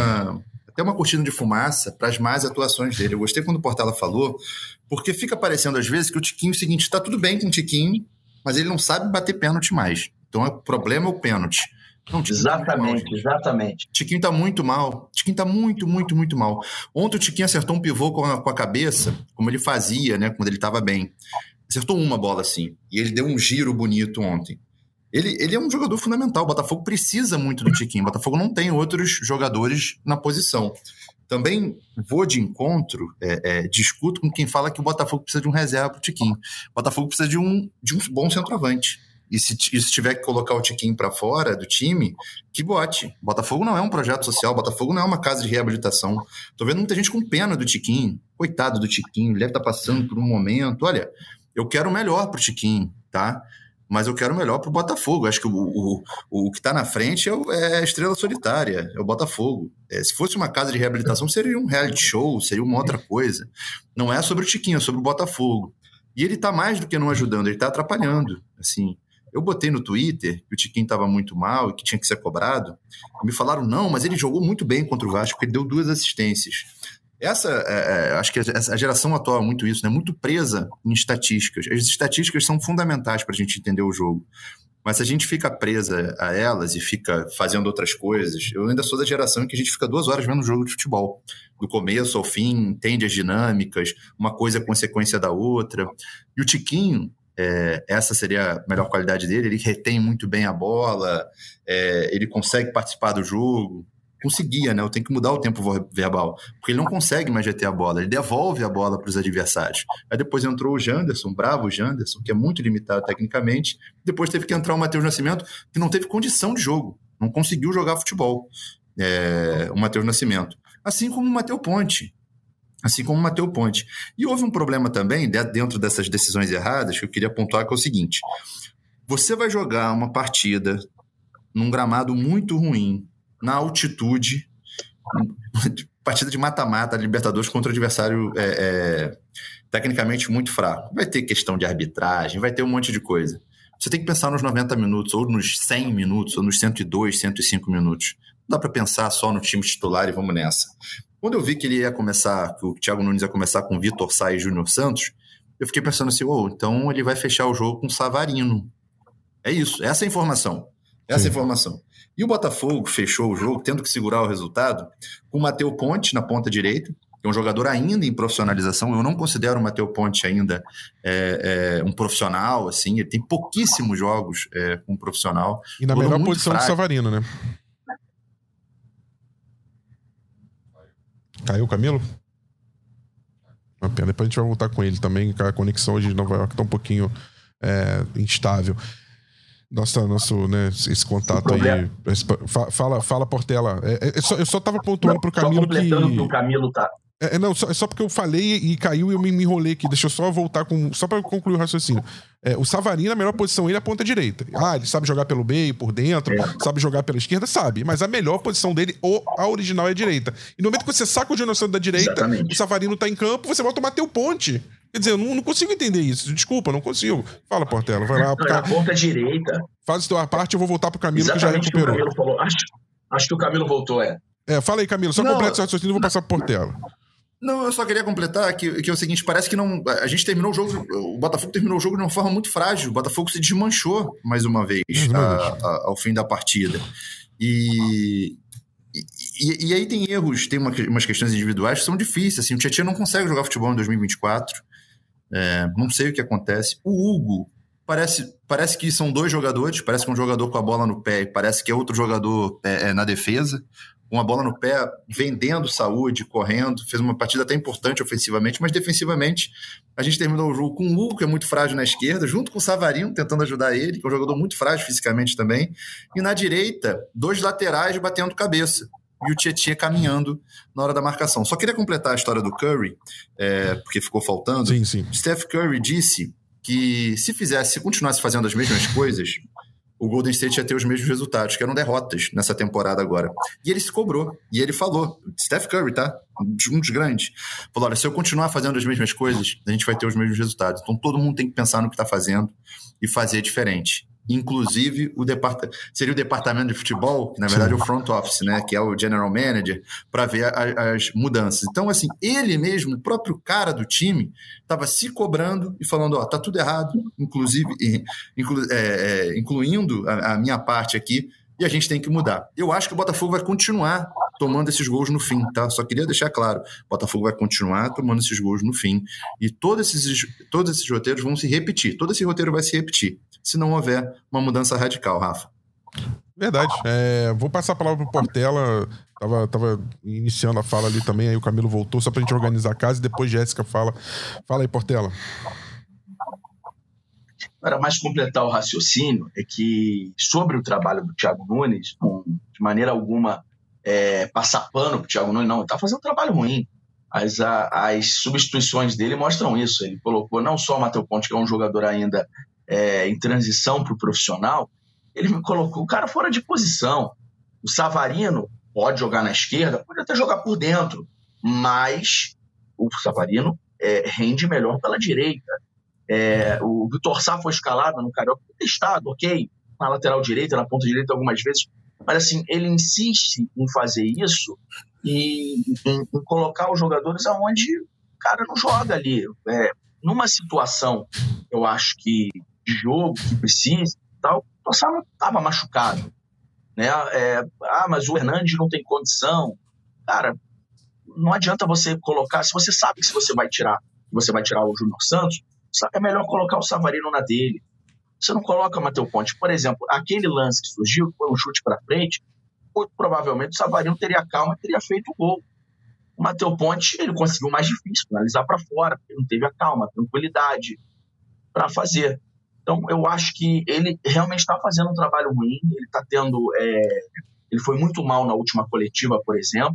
até uma cortina de fumaça para as más atuações dele. Eu gostei quando o Portela falou, porque fica parecendo às vezes que o Tiquinho é o seguinte, tá tudo bem com o Tiquinho, mas ele não sabe bater pênalti mais. Então o problema é o pênalti. Não, Exatamente. O Tiquinho tá muito mal. O Tiquinho tá muito, muito, muito mal. Ontem o Tiquinho acertou um pivô com a cabeça, como ele fazia, né, quando ele tava bem. Acertou uma bola assim, e ele deu um giro bonito ontem. Ele é um jogador fundamental. O Botafogo precisa muito do Tiquinho. O Botafogo não tem outros jogadores na posição. Também vou de encontro, discuto com quem fala que o Botafogo precisa de um reserva para o Tiquinho. O Botafogo precisa de um bom centroavante. E se tiver que colocar o Tiquinho para fora do time, que bote. O Botafogo não é um projeto social, o Botafogo não é uma casa de reabilitação. Tô vendo muita gente com pena do Tiquinho. Coitado do Tiquinho, ele deve estar passando por um momento. Olha, eu quero o melhor pro Tiquinho, tá? Mas eu quero o melhor pro Botafogo. Acho que o que está na frente é a estrela solitária, é o Botafogo. Se fosse uma casa de reabilitação, seria um reality show, seria uma outra coisa. Não é sobre o Tiquinho, é sobre o Botafogo. E ele está mais do que não ajudando, ele está atrapalhando. Assim, eu botei no Twitter que o Tiquinho estava muito mal e que tinha que ser cobrado. Me falaram, não, mas ele jogou muito bem contra o Vasco, porque ele deu 2 assistências. Acho que a geração atual é muito isso, né? Muito presa em estatísticas. As estatísticas são fundamentais para a gente entender o jogo. Mas se a gente fica presa a elas e fica fazendo outras coisas, eu ainda sou da geração em que a gente fica 2 horas vendo um jogo de futebol. Do começo ao fim, entende as dinâmicas, uma coisa é consequência da outra. E o Tiquinho, essa seria a melhor qualidade dele, ele retém muito bem a bola, ele consegue participar do jogo. Conseguia, né? Eu tenho que mudar o tempo verbal, porque ele não consegue mais reter a bola, ele devolve a bola para os adversários. Aí depois entrou o Janderson, bravo Janderson, que é muito limitado tecnicamente, depois teve que entrar o Matheus Nascimento, que não teve condição de jogo, não conseguiu jogar futebol, o Matheus Nascimento. Assim como o Matheus Ponte. E houve um problema também, dentro dessas decisões erradas, que eu queria pontuar, que é o seguinte: você vai jogar uma partida num gramado muito ruim, na altitude, partida de mata-mata, Libertadores contra o adversário tecnicamente muito fraco. Vai ter questão de arbitragem, vai ter um monte de coisa. Você tem que pensar nos 90 minutos, ou nos 100 minutos, ou nos 102, 105 minutos. Não dá para pensar só no time titular e vamos nessa. Quando eu vi que ele ia começar, que o Thiago Nunes ia começar com Vitor Sá e Júnior Santos, eu fiquei pensando assim, então ele vai fechar o jogo com Savarino. É isso, essa é a informação. E o Botafogo fechou o jogo, tendo que segurar o resultado, com o Matheus Ponte na ponta direita, que é um jogador ainda em profissionalização. Eu não considero o Matheus Ponte ainda um profissional, assim, ele tem pouquíssimos jogos como profissional. E na melhor posição do Savarino, né? Caiu o Camilo? Uma pena. Depois a gente vai voltar com ele também, a conexão hoje de Nova York está um pouquinho instável. Nosso, né, esse contato aí. Fala, Portela. Eu só tava pontuando pro Camilo que... completando que o Camilo tá... Não, só porque eu falei e caiu e eu me enrolei aqui. Deixa eu só voltar só pra concluir o raciocínio. O Savarino, a melhor posição dele é a ponta direita. Ele sabe jogar pelo meio, por dentro, sabe jogar pela esquerda, sabe. Mas a melhor posição dele, a original, é a direita. E no momento que você saca o Júnior Santos da direita, exatamente, o Savarino tá em campo, você volta a bater o Ponte. Quer dizer, eu não consigo entender isso. Desculpa, não consigo. Fala, Portela, vai lá. A ponta direita. Faz a tua parte, eu vou voltar pro Camilo, exatamente, que já recuperou. Que o Camilo falou. Acho que o Camilo voltou, fala aí, Camilo. Só completa esse raciocínio e vou passar pro Portela. Não, eu só queria completar que é o seguinte, parece que não... A gente terminou o jogo... O Botafogo terminou o jogo de uma forma muito frágil. O Botafogo se desmanchou mais uma vez ao fim da partida. E aí tem erros, tem umas questões individuais que são difíceis. Assim, o Tietchan não consegue jogar futebol em 2024. Não sei o que acontece. O Hugo Parece que são dois jogadores, parece que um jogador com a bola no pé e parece que é outro jogador na defesa. Uma bola no pé, vendendo saúde, correndo, fez uma partida até importante ofensivamente, mas defensivamente a gente terminou o jogo com o Hugo, que é muito frágil na esquerda, junto com o Savarino, tentando ajudar ele, que é um jogador muito frágil fisicamente também, e na direita, dois laterais batendo cabeça, e o Tietchan caminhando na hora da marcação. Só queria completar a história do Curry, porque ficou faltando. Sim. Steph Curry disse que se continuasse fazendo as mesmas coisas, o Golden State ia ter os mesmos resultados, que eram derrotas nessa temporada agora. E ele se cobrou, e ele falou, Steph Curry, tá? Um dos grandes. Falou, olha, se eu continuar fazendo as mesmas coisas, a gente vai ter os mesmos resultados. Então todo mundo tem que pensar no que está fazendo e fazer diferente. Inclusive, seria o departamento de futebol, que na verdade é o front office, né, que é o general manager, para ver as mudanças. Então, assim, ele mesmo, o próprio cara do time, estava se cobrando e falando, tá tudo errado, incluindo a minha parte aqui, e a gente tem que mudar. Eu acho que o Botafogo vai continuar tomando esses gols no fim, tá? Só queria deixar claro, o Botafogo vai continuar tomando esses gols no fim, e todos esses roteiros vão se repetir, todo esse roteiro vai se repetir, se não houver uma mudança radical, Rafa. Verdade. Vou passar a palavra pro Portela. Tava iniciando a fala ali também, aí o Camilo voltou só pra gente organizar a casa e depois Jéssica fala. Fala aí, Portela. Para mais completar o raciocínio, é que sobre o trabalho do Thiago Nunes, de maneira alguma passar pano pro Thiago Nunes, não, ele tá fazendo um trabalho ruim. As substituições dele mostram isso. Ele colocou não só o Matheus Ponte, que é um jogador ainda em transição para o profissional, ele me colocou o cara fora de posição. O Savarino pode jogar na esquerda, pode até jogar por dentro, mas o Savarino rende melhor pela direita. O Vitor Sá foi escalado no Carioca, testado, ok, na lateral direita, na ponta direita algumas vezes, mas assim, ele insiste em fazer isso e em colocar os jogadores aonde o cara não joga ali. Numa situação, eu acho que de jogo, que precisa e tal, o Sá não estava machucado, né? Mas o Hernandes não tem condição. Cara, não adianta você colocar, se você sabe que se você vai tirar o Júnior Santos, é melhor colocar o Savarino na dele. Você não coloca o Matheus Ponte. Por exemplo, aquele lance que surgiu, que foi um chute para frente, muito provavelmente o Savarino teria calma e teria feito o gol. O Matheus Ponte, ele conseguiu mais difícil, finalizar para fora, porque não teve a calma, a tranquilidade para fazer. Então, eu acho que ele realmente está fazendo um trabalho ruim, ele está tendo... ele foi muito mal na última coletiva, por exemplo.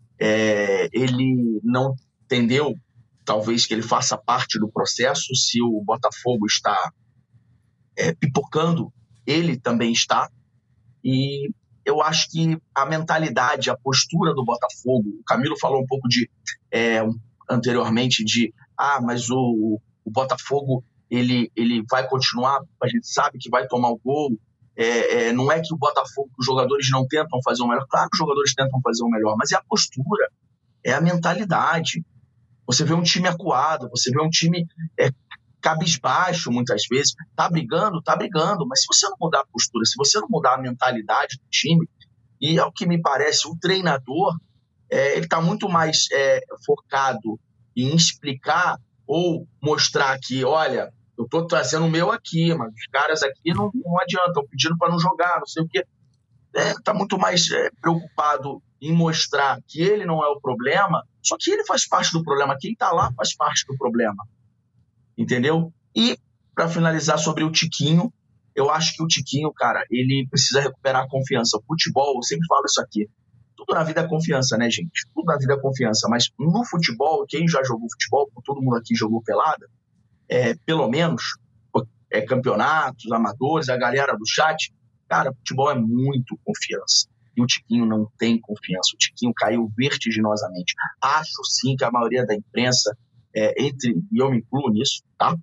Ele não entendeu, talvez, que ele faça parte do processo. Se o Botafogo está pipocando, ele também está. E eu acho que a mentalidade, a postura do Botafogo... O Camilo falou um pouco anteriormente mas o Botafogo... Ele vai continuar, a gente sabe que vai tomar o gol. Não é que o Botafogo, os jogadores não tentam fazer o melhor. Claro que os jogadores tentam fazer o melhor, mas é a postura, é a mentalidade. Você vê um time acuado, você vê um time cabisbaixo muitas vezes. Tá brigando, mas se você não mudar a postura, se você não mudar a mentalidade do time, e ao que me parece, o treinador, ele está muito mais focado em explicar ou mostrar que, olha, eu tô trazendo o meu aqui, mas os caras aqui não adiantam, estão pedindo para não jogar, não sei o quê. Tá muito mais preocupado em mostrar que ele não é o problema, só que ele faz parte do problema. Quem tá lá faz parte do problema. Entendeu? E, para finalizar sobre o Tiquinho, eu acho que o Tiquinho, cara, ele precisa recuperar a confiança. O futebol, eu sempre falo isso aqui, tudo na vida é confiança, né, gente? Tudo na vida é confiança, mas no futebol, quem já jogou futebol, todo mundo aqui jogou pelada, pelo menos, campeonatos, amadores, a galera do chat, cara, futebol é muito confiança. E o Tiquinho não tem confiança. O Tiquinho caiu vertiginosamente. Acho, sim, que a maioria da imprensa, e eu me incluo nisso, tá?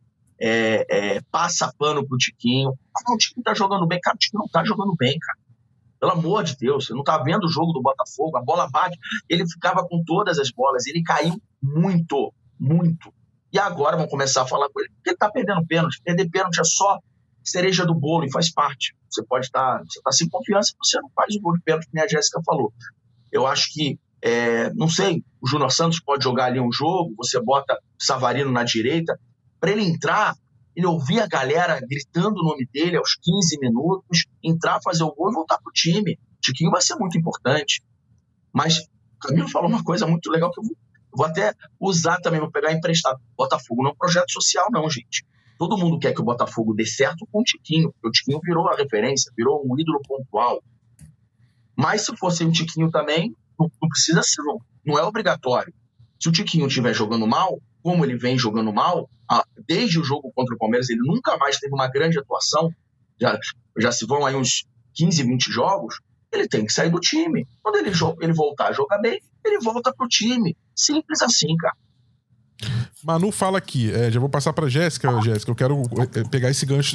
Passa pano pro Tiquinho. O Tiquinho tá jogando bem. Cara, o Tiquinho não tá jogando bem, cara. Pelo amor de Deus, você não tá vendo o jogo do Botafogo, a bola bate, ele ficava com todas as bolas, ele caiu muito, muito. E agora vão começar a falar com ele, porque ele tá perdendo pênalti. Perder pênalti é só cereja do bolo e faz parte. Você tá sem confiança, você não faz o gol de pênalti, como a Jéssica falou. Eu acho que, não sei, o Júnior Santos pode jogar ali um jogo, você bota o Savarino na direita, para ele entrar, ele ouvir a galera gritando o nome dele aos 15 minutos, entrar, fazer o gol e voltar pro time. O Tiquinho vai ser muito importante. Mas o Camilo falou uma coisa muito legal que eu vou até usar também, vou pegar emprestado. Botafogo não é um projeto social, não, gente. Todo mundo quer que o Botafogo dê certo com o Tiquinho, porque o Tiquinho virou a referência, virou um ídolo pontual. Mas se fosse um Tiquinho também, não precisa ser, não é obrigatório. Se o Tiquinho estiver jogando mal, como ele vem jogando mal, desde o jogo contra o Palmeiras, ele nunca mais teve uma grande atuação, já se vão aí uns 15, 20 jogos, ele tem que sair do time. Quando ele voltar a jogar bem, ele volta pro time. Simples assim, cara. Manu fala aqui, já vou passar pra Jéssica, eu quero pegar esse gancho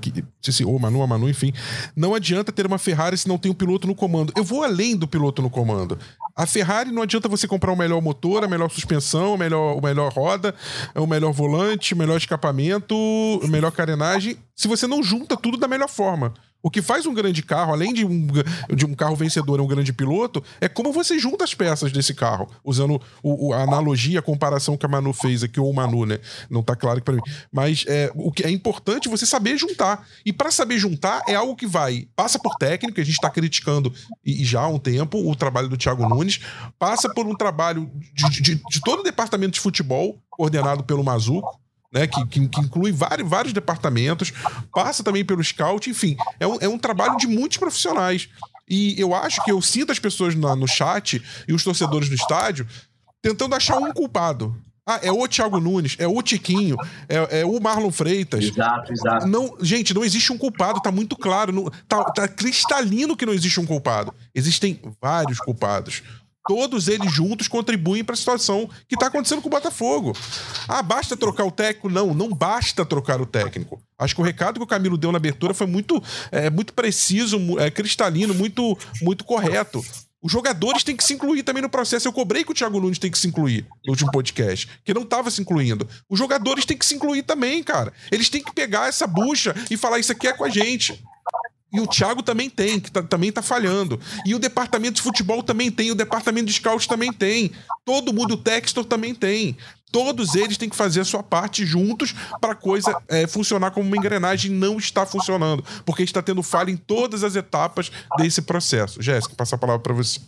ou Manu, enfim. Não adianta ter uma Ferrari se não tem um piloto no comando. Eu vou além do piloto no comando. A Ferrari não adianta você comprar o melhor motor, a melhor suspensão, o melhor roda, o melhor volante, o melhor escapamento, a melhor carenagem, se você não junta tudo da melhor forma. O que faz um grande carro, além de um carro vencedor, um grande piloto, é como você junta as peças desse carro. Usando a analogia, a comparação que a Manu fez aqui, ou o Manu, né? Não tá claro pra mim. Mas o que é importante você saber juntar. E para saber juntar é algo que passa por técnica, a gente tá criticando e já há um tempo o trabalho do Thiago Nunes, passa por um trabalho de todo o departamento de futebol, coordenado pelo Mazuco, né, que inclui vários departamentos, passa também pelo scout, enfim, é um trabalho de muitos profissionais. E eu acho que eu sinto as pessoas no chat e os torcedores no estádio tentando achar um culpado. É o Thiago Nunes, é o Tiquinho, é o Marlon Freitas. Exato. Não, gente, não existe um culpado, tá muito claro, tá cristalino que não existe um culpado. Existem vários culpados. Todos eles juntos contribuem para a situação que está acontecendo com o Botafogo. Basta trocar o técnico? Não basta trocar o técnico. Acho que o recado que o Camilo deu na abertura foi muito preciso, cristalino, muito correto. Os jogadores têm que se incluir também no processo. Eu cobrei que o Thiago Nunes tem que se incluir no último podcast, que não estava se incluindo. Os jogadores têm que se incluir também, cara. Eles têm que pegar essa bucha e falar: isso aqui é com a gente. E o Thiago também tem, que também tá falhando. E o departamento de futebol também tem, o departamento de scout também tem. Todo mundo, o Textor também tem. Todos eles têm que fazer a sua parte juntos para a coisa funcionar como uma engrenagem. Não está funcionando, porque está tendo falha em todas as etapas desse processo. Jéssica, passa a palavra para você.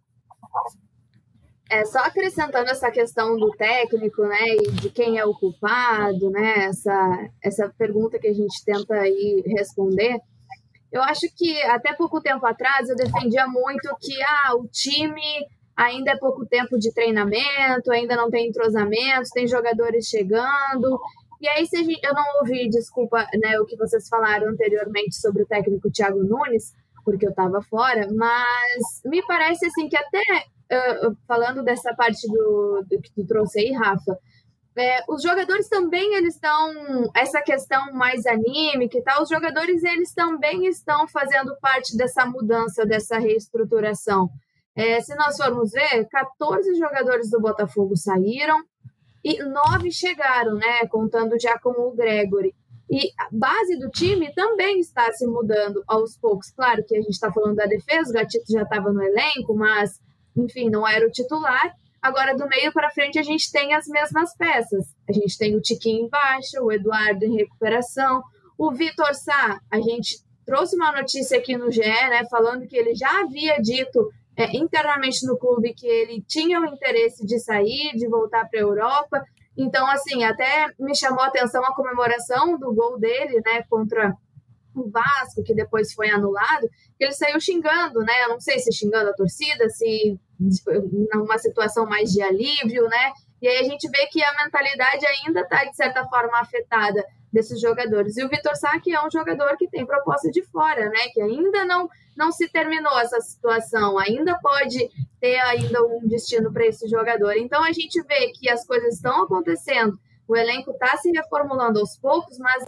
Só acrescentando essa questão do técnico, né, e de quem é o culpado, né, essa pergunta que a gente tenta aí responder. Eu acho que até pouco tempo atrás eu defendia muito que o time ainda é pouco tempo de treinamento, ainda não tem entrosamento, tem jogadores chegando. E aí eu não ouvi, desculpa, né, o que vocês falaram anteriormente sobre o técnico Thiago Nunes, porque eu estava fora, mas me parece assim que até falando dessa parte do que tu trouxe aí, Rafa, os jogadores também, eles estão, essa questão mais anímica e tal, os jogadores, eles também estão fazendo parte dessa mudança, dessa reestruturação. Se nós formos ver, 14 jogadores do Botafogo saíram e 9 chegaram, né, contando já com o Gregory. E a base do time também está se mudando aos poucos. Claro que a gente está falando da defesa, o Gatito já estava no elenco, mas, enfim, não era o titular. Agora, do meio para frente, a gente tem as mesmas peças. A gente tem o Tiquinho em baixa, o Eduardo em recuperação. O Vitor Sá, a gente trouxe uma notícia aqui no GE, né, falando que ele já havia dito internamente no clube que ele tinha o interesse de sair, de voltar para a Europa. Então, assim, até me chamou a atenção a comemoração do gol dele, né, contra o Vasco, que depois foi anulado, que ele saiu xingando, né, eu não sei se xingando a torcida, se numa situação mais de alívio, né, e aí a gente vê que a mentalidade ainda está, de certa forma, afetada desses jogadores. E o Vitor Sá, que é um jogador que tem proposta de fora, né, que ainda não se terminou essa situação, ainda pode ter ainda um destino para esse jogador. Então a gente vê que as coisas estão acontecendo, o elenco está se reformulando aos poucos, mas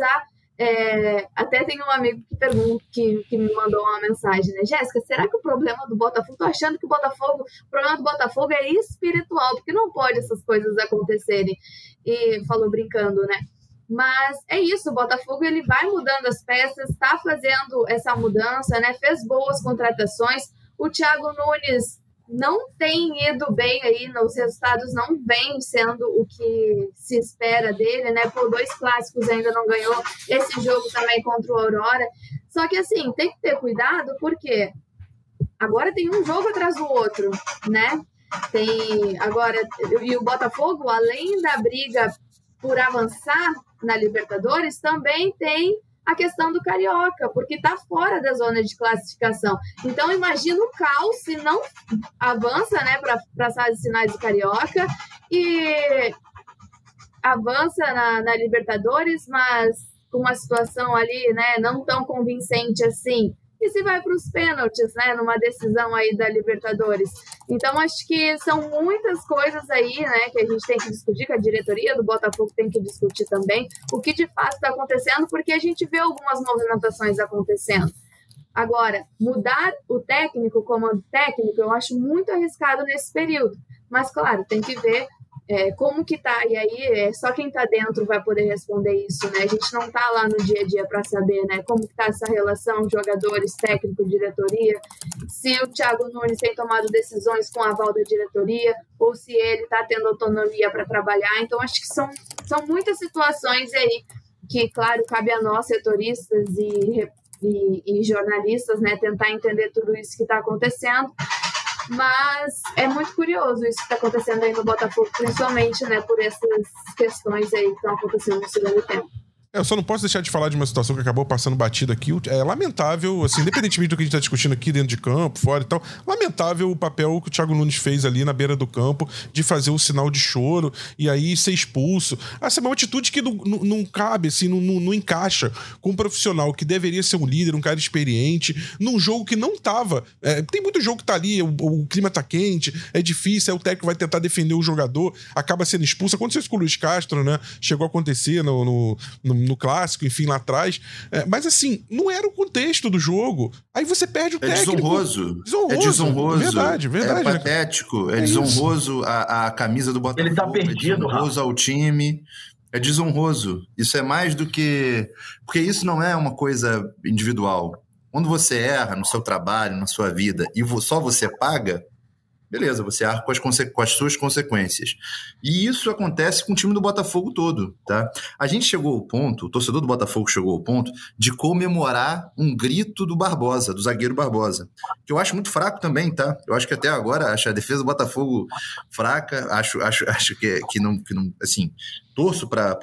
até tem um amigo que me mandou uma mensagem, né? Jéssica, será que o problema do Botafogo, tô achando que o problema do Botafogo é espiritual, porque não pode essas coisas acontecerem, e falou brincando, né? Mas é isso, o Botafogo, ele vai mudando as peças, está fazendo essa mudança, né? Fez boas contratações. O Thiago Nunes não tem ido bem aí, os resultados não vêm sendo o que se espera dele, né? Por 2 clássicos ainda não ganhou, esse jogo também contra o Aurora. Só que, assim, tem que ter cuidado, porque agora tem um jogo atrás do outro, né? E o Botafogo, além da briga por avançar na Libertadores, também tem a questão do Carioca, porque está fora da zona de classificação. Então, imagina o caos se não avança, né, para as fases finais do Carioca e avança na Libertadores, mas com uma situação ali, né, não tão convincente assim. E se vai para os pênaltis, né, numa decisão aí da Libertadores. Então, acho que são muitas coisas aí, né, que a gente tem que discutir, que a diretoria do Botafogo tem que discutir também, o que de fato está acontecendo, porque a gente vê algumas movimentações acontecendo. Agora, mudar o técnico, o comando técnico, eu acho muito arriscado nesse período. Mas, claro, tem que ver como que tá, e aí só quem tá dentro vai poder responder isso, né? A gente não tá lá no dia a dia para saber, né, como que tá essa relação jogadores, técnico, diretoria, se o Thiago Nunes tem tomado decisões com a aval da diretoria, ou se ele tá tendo autonomia para trabalhar. Então, acho que são muitas situações aí que, claro, cabe a nós, setoristas e jornalistas, né, tentar entender tudo isso que está acontecendo. Mas é muito curioso isso que está acontecendo aí no Botafogo, principalmente, né, por essas questões aí que estão acontecendo no segundo tempo. Eu só não posso deixar de falar de uma situação que acabou passando batido aqui. É lamentável, assim, independentemente do que a gente tá discutindo aqui dentro de campo, fora e tal, lamentável o papel que o Thiago Nunes fez ali na beira do campo de fazer o sinal de choro e aí ser expulso. Essa é uma atitude que não cabe, assim, não encaixa com um profissional que deveria ser um líder, um cara experiente, num jogo que não tava. Tem muito jogo que tá ali, o clima tá quente, é difícil, aí o técnico vai tentar defender o jogador, acaba sendo expulso. Aconteceu isso com o Luiz Castro, né? Chegou a acontecer no clássico, enfim, lá atrás. Mas assim, não era o contexto do jogo. Aí você perde o técnico. É desonroso. Verdade. É patético. É desonroso a camisa do Botafogo. Ele tá perdido, é desonroso ao time. É desonroso. Isso é mais do que... Porque isso não é uma coisa individual. Quando você erra no seu trabalho, na sua vida, e só você paga, beleza, você arca com as suas consequências. E isso acontece com o time do Botafogo todo, tá? A gente chegou ao ponto, o torcedor do Botafogo chegou ao ponto de comemorar um grito do Barbosa, do zagueiro Barbosa, que eu acho muito fraco também, tá? Eu acho que até agora, acho a defesa do Botafogo fraca, acho que não, assim, torço para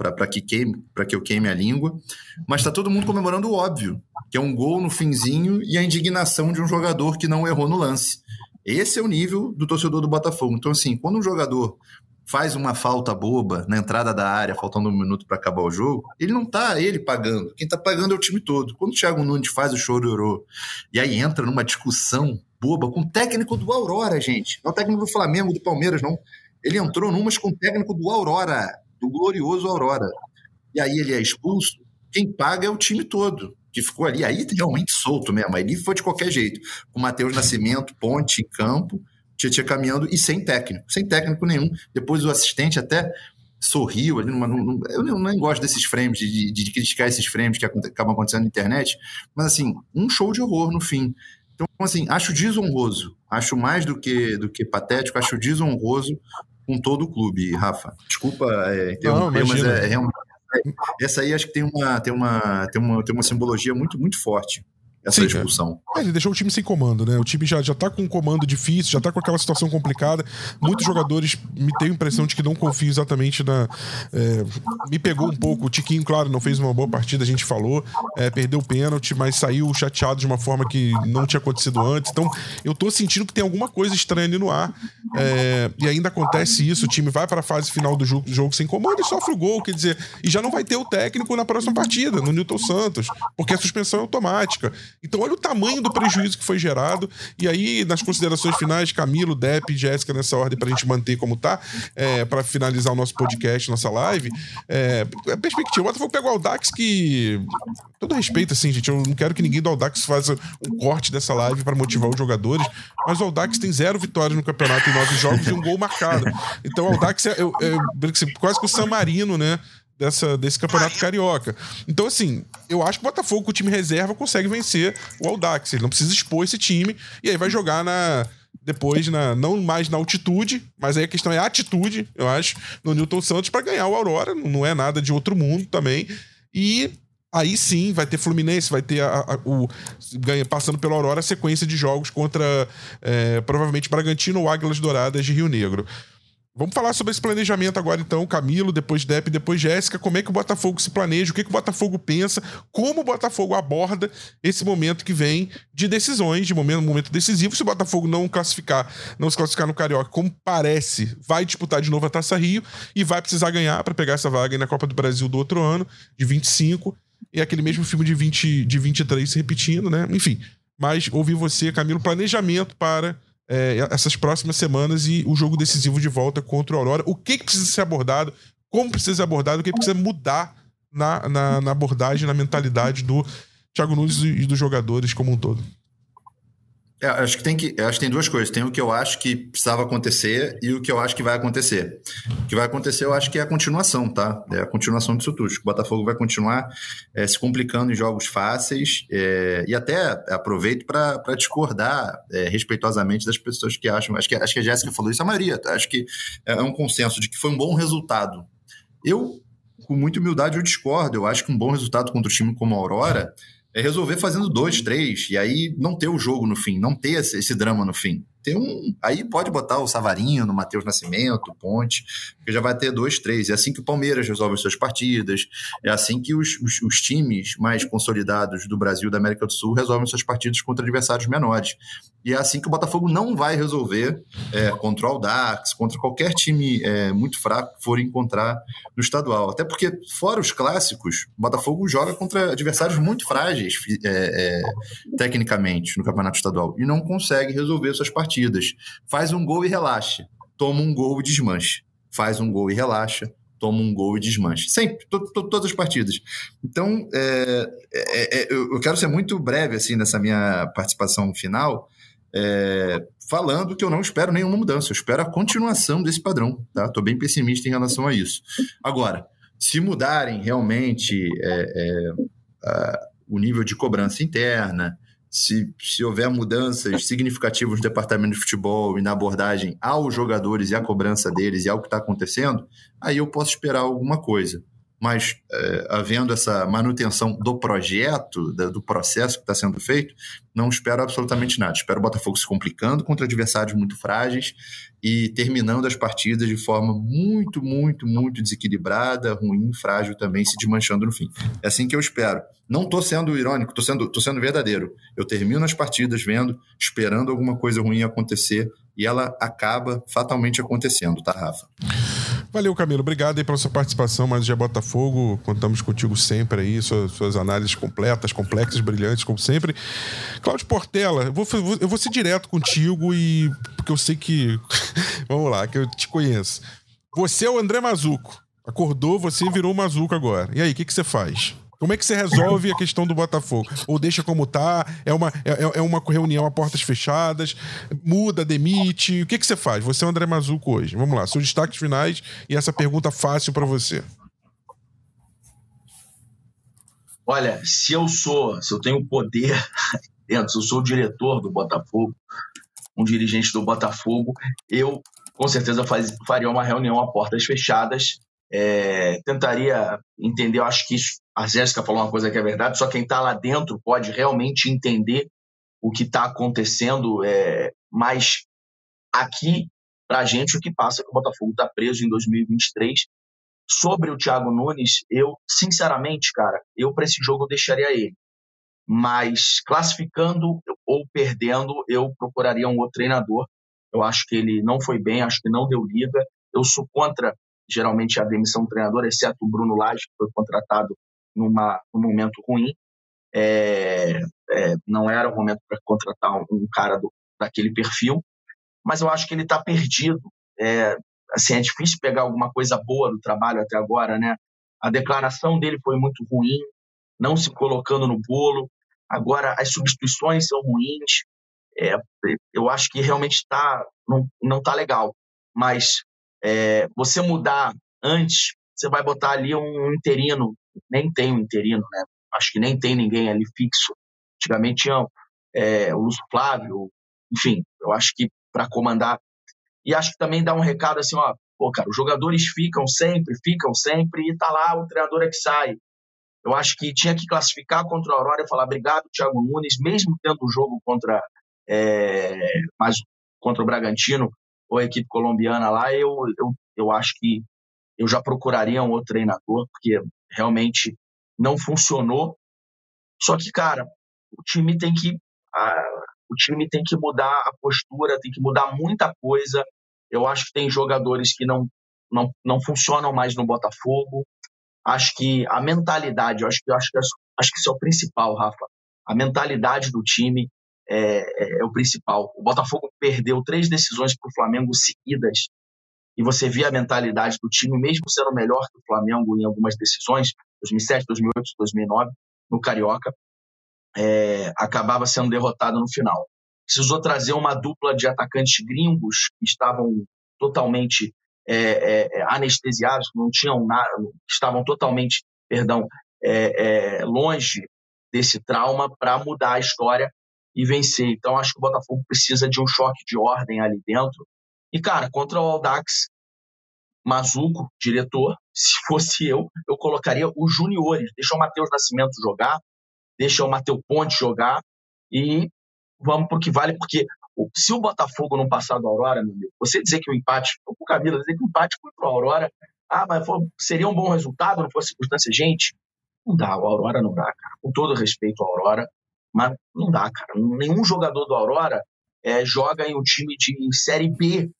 que eu queime a língua, mas tá todo mundo comemorando o óbvio, que é um gol no finzinho e a indignação de um jogador que não errou no lance. Esse é o nível do torcedor do Botafogo. Então, assim, quando um jogador faz uma falta boba na entrada da área, faltando 1 minuto para acabar o jogo, ele não tá ele pagando. Quem tá pagando é o time todo. Quando o Thiago Nunes faz o chororô e aí entra numa discussão boba com o técnico do Aurora, gente. Não é o técnico do Flamengo, do Palmeiras, não. Ele entrou numas com o técnico do Aurora, do glorioso Aurora. E aí ele é expulso. Quem paga é o time todo, que ficou ali, aí realmente solto mesmo, aí foi de qualquer jeito, com o Matheus Nascimento, Ponte em campo, Tietchan caminhando e sem técnico nenhum. Depois o assistente até sorriu ali, eu nem gosto desses frames, de criticar esses frames que acabam acontecendo na internet, mas assim, um show de horror no fim. Então, assim, acho desonroso, acho mais do que patético, acho desonroso com todo o clube, Rafa. Desculpa interromper, mas é realmente... Essa aí acho que tem uma simbologia muito, muito forte, essa expulsão. Ele deixou o time sem comando, né? O time já tá com um comando difícil, já tá com aquela situação complicada. Muitos jogadores me têm a impressão de que não confiam exatamente na... me pegou um pouco. O Tiquinho, claro, não fez uma boa partida, a gente falou. Perdeu o pênalti, mas saiu chateado de uma forma que não tinha acontecido antes. Então, eu tô sentindo que tem alguma coisa estranha ali no ar. E ainda acontece isso. O time vai para a fase final do jogo sem comando e sofre o gol, quer dizer, e já não vai ter o técnico na próxima partida, no Newton Santos, porque a suspensão é automática. Então, olha o tamanho do prejuízo que foi gerado. E aí, nas considerações finais, Camilo, Depp e Jéssica, nessa ordem, pra gente manter como tá, pra finalizar o nosso podcast, nossa live, a perspectiva. O Botafogo pegou o Audax, que... Todo respeito, assim, gente, eu não quero que ninguém do Audax faça um corte dessa live pra motivar os jogadores, mas o Audax tem 0 vitórias no campeonato em 9 jogos e um gol marcado. Então, o Audax é quase que o San Marino, né? Desse campeonato carioca. Então, assim, eu acho que o Botafogo, com o time reserva, consegue vencer o Audax. Ele não precisa expor esse time e aí vai jogar depois, não mais na altitude, mas aí a questão é a atitude, eu acho, no Newton Santos para ganhar o Aurora, não é nada de outro mundo também. E aí sim, vai ter Fluminense, vai ter passando pela Aurora a sequência de jogos contra provavelmente Bragantino ou Águilas Douradas de Rio Negro. Vamos falar sobre esse planejamento agora, então. Camilo, depois Depp, depois Jéssica. Como é que o Botafogo se planeja? O que o Botafogo pensa? Como o Botafogo aborda esse momento que vem de decisões, de momento decisivo? Se o Botafogo não se classificar no Carioca, como parece, vai disputar de novo a Taça Rio e vai precisar ganhar para pegar essa vaga aí na Copa do Brasil do outro ano, de 25. E aquele mesmo filme de 23 se repetindo, né? Enfim. Mas ouvir você, Camilo, planejamento para essas próximas semanas e o jogo decisivo de volta contra o Aurora. O que precisa ser abordado, como precisa ser abordado, o que precisa mudar na abordagem, na mentalidade do Thiago Nunes e dos jogadores como um todo. Acho que tem duas coisas. Tem o que eu acho que precisava acontecer e o que eu acho que vai acontecer. O que vai acontecer, eu acho que é a continuação, tá? É a continuação disso tudo. O Botafogo vai continuar se complicando em jogos fáceis e até aproveito para discordar respeitosamente das pessoas que acham. Acho que a Jéssica falou isso, a maioria. Tá? Acho que é um consenso de que foi um bom resultado. Eu, com muita humildade, eu discordo. Eu acho que um bom resultado contra um time como a Aurora é resolver fazendo 2, 3, e aí não ter o jogo no fim, não ter esse drama no fim. Aí pode botar o Savarino, o Matheus Nascimento, o Ponte, porque já vai ter 2, 3. É assim que o Palmeiras resolve as suas partidas, é assim que os times mais consolidados do Brasil e da América do Sul resolvem suas partidas contra adversários menores. E é assim que o Botafogo não vai resolver contra o Audax, contra qualquer time muito fraco que for encontrar no estadual. Até porque, fora os clássicos, o Botafogo joga contra adversários muito frágeis tecnicamente no campeonato estadual e não consegue resolver suas partidas. Faz um gol e relaxa, toma um gol e desmancha. Faz um gol e relaxa, toma um gol e desmancha. Sempre, todas as partidas. Então, eu quero ser muito breve assim, nessa minha participação final, falando que eu não espero nenhuma mudança, eu espero a continuação desse padrão. Tá? Estou bem pessimista em relação a isso. Agora, se mudarem realmente o nível de cobrança interna, se houver mudanças significativas no departamento de futebol e na abordagem aos jogadores e à cobrança deles e ao que está acontecendo, aí eu posso esperar alguma coisa. Mas, havendo essa manutenção do projeto, do processo que está sendo feito, não espero absolutamente nada. Espero o Botafogo se complicando contra adversários muito frágeis e terminando as partidas de forma muito, muito, muito desequilibrada, ruim, frágil também, se desmanchando no fim. É assim que eu espero. Não estou sendo irônico, estou sendo verdadeiro. Eu termino as partidas esperando alguma coisa ruim acontecer e ela acaba fatalmente acontecendo, tá, Rafa? Valeu, Camilo. Obrigado aí pela sua participação mais de Botafogo. Contamos contigo sempre aí, suas análises completas, complexas, brilhantes, como sempre. Cláudio Portela, eu vou ser direto contigo porque eu sei que... Vamos lá, que eu te conheço. Você é o André Mazuco. Acordou, você virou o Mazuco agora. E aí, o que você faz? Como é que você resolve a questão do Botafogo? Ou deixa como tá? É uma reunião a portas fechadas? Muda, demite? O que você faz? Você é o André Mazuco hoje. Vamos lá, seus destaques finais e essa pergunta fácil para você. Olha, se eu tenho poder dentro, se eu sou o diretor do Botafogo, um dirigente do Botafogo, eu com certeza faria uma reunião a portas fechadas, tentaria entender, eu acho que isso, a Jéssica falou uma coisa que é verdade, só quem está lá dentro pode realmente entender o que está acontecendo, mas aqui, para a gente, o que passa é que o Botafogo está preso em 2023. Sobre o Thiago Nunes, eu, sinceramente, cara, para esse jogo eu deixaria ele, mas classificando ou perdendo, eu procuraria um outro treinador. Eu acho que ele não foi bem, acho que não deu liga. Eu sou contra, geralmente, a demissão do treinador, exceto o Bruno Lage, que foi contratado num momento ruim. Não era o momento para contratar um cara daquele perfil, mas eu acho que ele está perdido. Assim, é difícil pegar alguma coisa boa do trabalho até agora, né? A declaração dele foi muito ruim, não se colocando no bolo. Agora, as substituições são ruins. Eu acho que realmente não está legal. Mas você mudar antes, você vai botar ali um interino. Nem tem um interino, né? Acho que nem tem ninguém ali fixo. Antigamente tinha o Lúcio Flávio. Enfim, eu acho que para comandar. E acho que também dá um recado assim, ó, pô, cara, os jogadores ficam sempre, e tá lá, o treinador é que sai. Eu acho que tinha que classificar contra o Aurora e falar obrigado, Thiago Nunes, mesmo tendo um jogo contra o Bragantino ou a equipe colombiana lá, eu acho que eu já procuraria um outro treinador, porque realmente não funcionou. Só que, cara, o time tem que mudar a postura, tem que mudar muita coisa. Eu acho que tem jogadores que não funcionam mais no Botafogo. Acho que a mentalidade, acho que isso é o principal, Rafa. A mentalidade do time é o principal. O Botafogo perdeu 3 decisões para o Flamengo seguidas, e você via a mentalidade do time, mesmo sendo melhor que o Flamengo em algumas decisões, 2007, 2008, 2009, no Carioca, acabava sendo derrotado no final. Precisou trazer uma dupla de atacantes gringos que estavam totalmente anestesiados, não tinham nada, estavam totalmente, longe desse trauma para mudar a história e vencer. Então acho que o Botafogo precisa de um choque de ordem ali dentro. E, cara, contra o Audax, Mazuco, diretor, se fosse eu colocaria os juniores, deixa o Matheus Nascimento jogar, deixa o Matheus Ponte jogar e vamos pro que vale, porque se o Botafogo não passar do Aurora, meu amigo, você dizer que o empate, o Camilo dizer que o empate contra o Aurora, mas seria um bom resultado, não fosse circunstância, gente, não dá, o Aurora não dá, cara, com todo respeito ao Aurora, mas não dá, cara, nenhum jogador do Aurora joga em um time de Série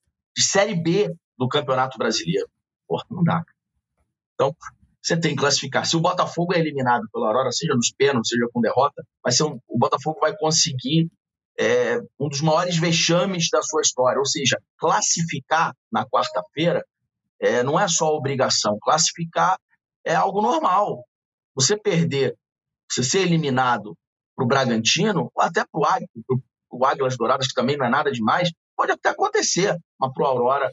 B do Campeonato Brasileiro, porra, não dá, cara. Então, você tem que classificar. Se o Botafogo é eliminado pela Aurora, seja nos pênaltis, seja com derrota, o Botafogo vai conseguir um dos maiores vexames da sua história. Ou seja, classificar na quarta-feira não é só obrigação. Classificar é algo normal. Você perder, você ser eliminado para o Bragantino, ou até para o Águilas Douradas, que também não é nada demais, pode até acontecer, mas para o Aurora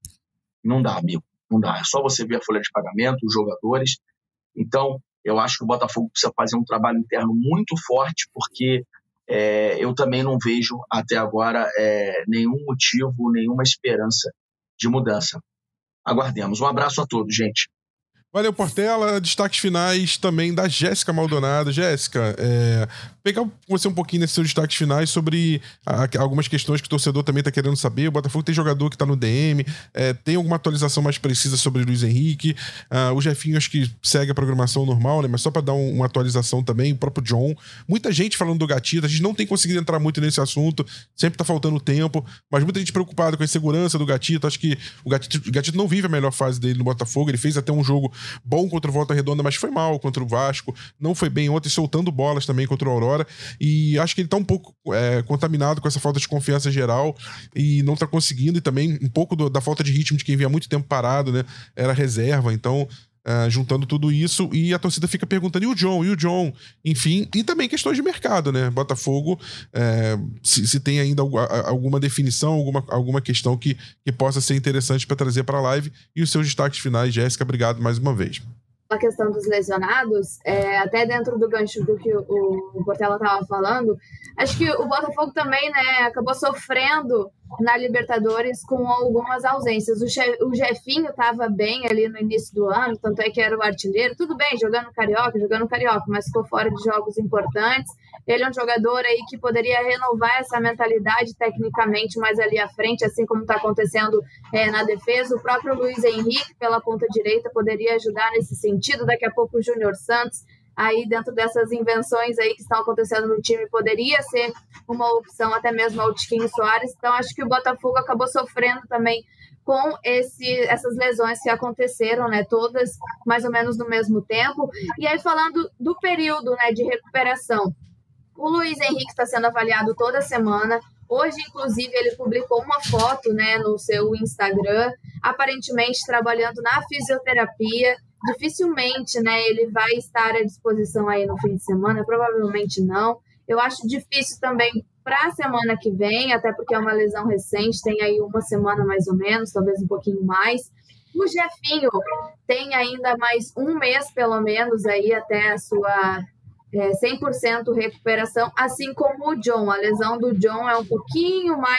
não dá, amigo. Não dá, é só você ver a folha de pagamento, os jogadores. Então, eu acho que o Botafogo precisa fazer um trabalho interno muito forte, porque eu também não vejo até agora nenhum motivo, nenhuma esperança de mudança. Aguardemos. Um abraço a todos, gente. Valeu, Portela. Destaques finais também da Jéssica Maldonado. Jéssica, pegar você um pouquinho nesses seus destaques finais sobre algumas questões que o torcedor também está querendo saber. O Botafogo tem jogador que está no DM, tem alguma atualização mais precisa sobre o Luiz Henrique. O Jefinho acho que segue a programação normal, né? Mas só para dar uma atualização também, o próprio John. Muita gente falando do Gatito, a gente não tem conseguido entrar muito nesse assunto, sempre tá faltando tempo, mas muita gente preocupada com a insegurança do Gatito. Acho que o Gatito não vive a melhor fase dele no Botafogo, ele fez até um jogo bom contra o Volta Redonda, mas foi mal contra o Vasco, não foi bem ontem, soltando bolas também contra o Aurora, e acho que ele tá um pouco contaminado com essa falta de confiança geral e não tá conseguindo, e também um pouco da falta de ritmo de quem vinha muito tempo parado, né, era reserva, então juntando tudo isso, e a torcida fica perguntando, e o John, enfim, e também questões de mercado, né, Botafogo, se tem ainda alguma definição, alguma questão que possa ser interessante para trazer para a live, e os seus destaques finais, Jéssica, obrigado mais uma vez. A questão dos lesionados, até dentro do gancho do que o Portela estava falando, acho que o Botafogo também, né, acabou sofrendo na Libertadores com algumas ausências. O Jefinho estava bem ali no início do ano, tanto é que era o artilheiro, tudo bem, jogando Carioca, mas ficou fora de jogos importantes. Ele é um jogador aí que poderia renovar essa mentalidade tecnicamente mais ali à frente, assim como está acontecendo na defesa. O próprio Luiz Henrique, pela ponta direita, poderia ajudar nesse sentido. Daqui a pouco o Júnior Santos, aí dentro dessas invenções aí que estão acontecendo no time, poderia ser uma opção, até mesmo o Tiquinho Soares. Então acho que o Botafogo acabou sofrendo também com essas lesões que aconteceram, né, todas mais ou menos no mesmo tempo. E aí falando do período, né, de recuperação, o Luiz Henrique está sendo avaliado toda semana. Hoje, inclusive, ele publicou uma foto, né, no seu Instagram, aparentemente trabalhando na fisioterapia. Dificilmente, né, ele vai estar à disposição aí no fim de semana, provavelmente não. Eu acho difícil também para a semana que vem, até porque é uma lesão recente, tem aí uma semana mais ou menos, talvez um pouquinho mais. O Jefinho tem ainda mais um mês, pelo menos, aí até a sua 100% recuperação, assim como o John. A lesão do John é um pouquinho mais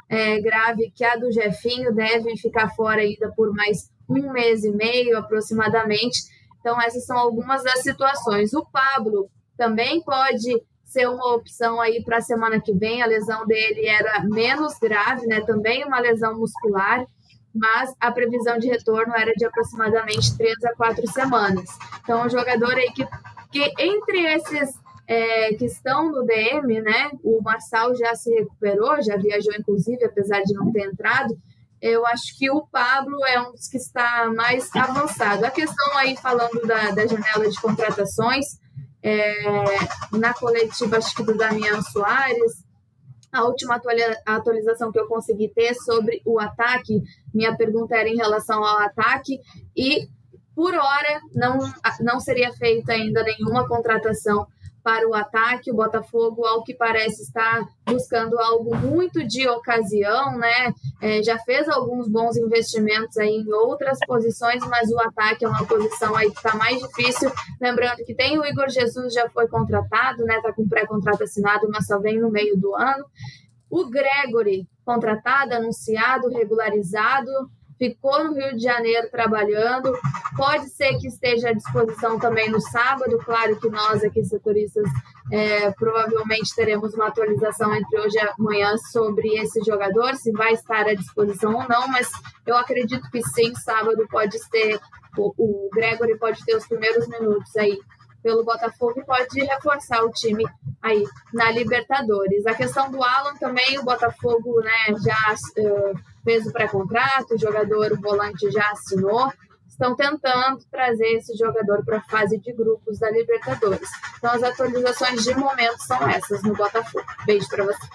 grave que a do Jefinho, devem ficar fora ainda por mais 1 mês e meio aproximadamente. Então, essas são algumas das situações. O Pablo também pode ser uma opção aí para a semana que vem. A lesão dele era menos grave, né? Também uma lesão muscular, mas a previsão de retorno era de aproximadamente 3 a 4 semanas. Então, um jogador aí que entre esses que estão no DM, né? O Marçal já se recuperou, já viajou, inclusive, apesar de não ter entrado. Eu acho que o Pablo é um dos que está mais avançado. A questão aí, falando da janela de contratações, na coletiva, acho que do Damian Soares, a última atualização que eu consegui ter sobre o ataque, minha pergunta era em relação ao ataque, e por hora não seria feita ainda nenhuma contratação para o ataque. O Botafogo, ao que parece, está buscando algo muito de ocasião, né? Já fez alguns bons investimentos aí em outras posições, mas o ataque é uma posição aí que está mais difícil. Lembrando que tem o Igor Jesus, já foi contratado, né? Está com pré-contrato assinado, mas só vem no meio do ano. O Gregory, contratado, anunciado, regularizado, ficou no Rio de Janeiro trabalhando, pode ser que esteja à disposição também no sábado. Claro que nós aqui, setoristas, provavelmente teremos uma atualização entre hoje e amanhã sobre esse jogador, se vai estar à disposição ou não, mas eu acredito que sim, sábado pode ter, o Gregory pode ter os primeiros minutos aí pelo Botafogo e pode reforçar o time aí na Libertadores. A questão do Alan também, o Botafogo, né, já fez o pré-contrato, o jogador, o volante já assinou, estão tentando trazer esse jogador para a fase de grupos da Libertadores. Então as atualizações de momento são essas no Botafogo. Beijo para vocês.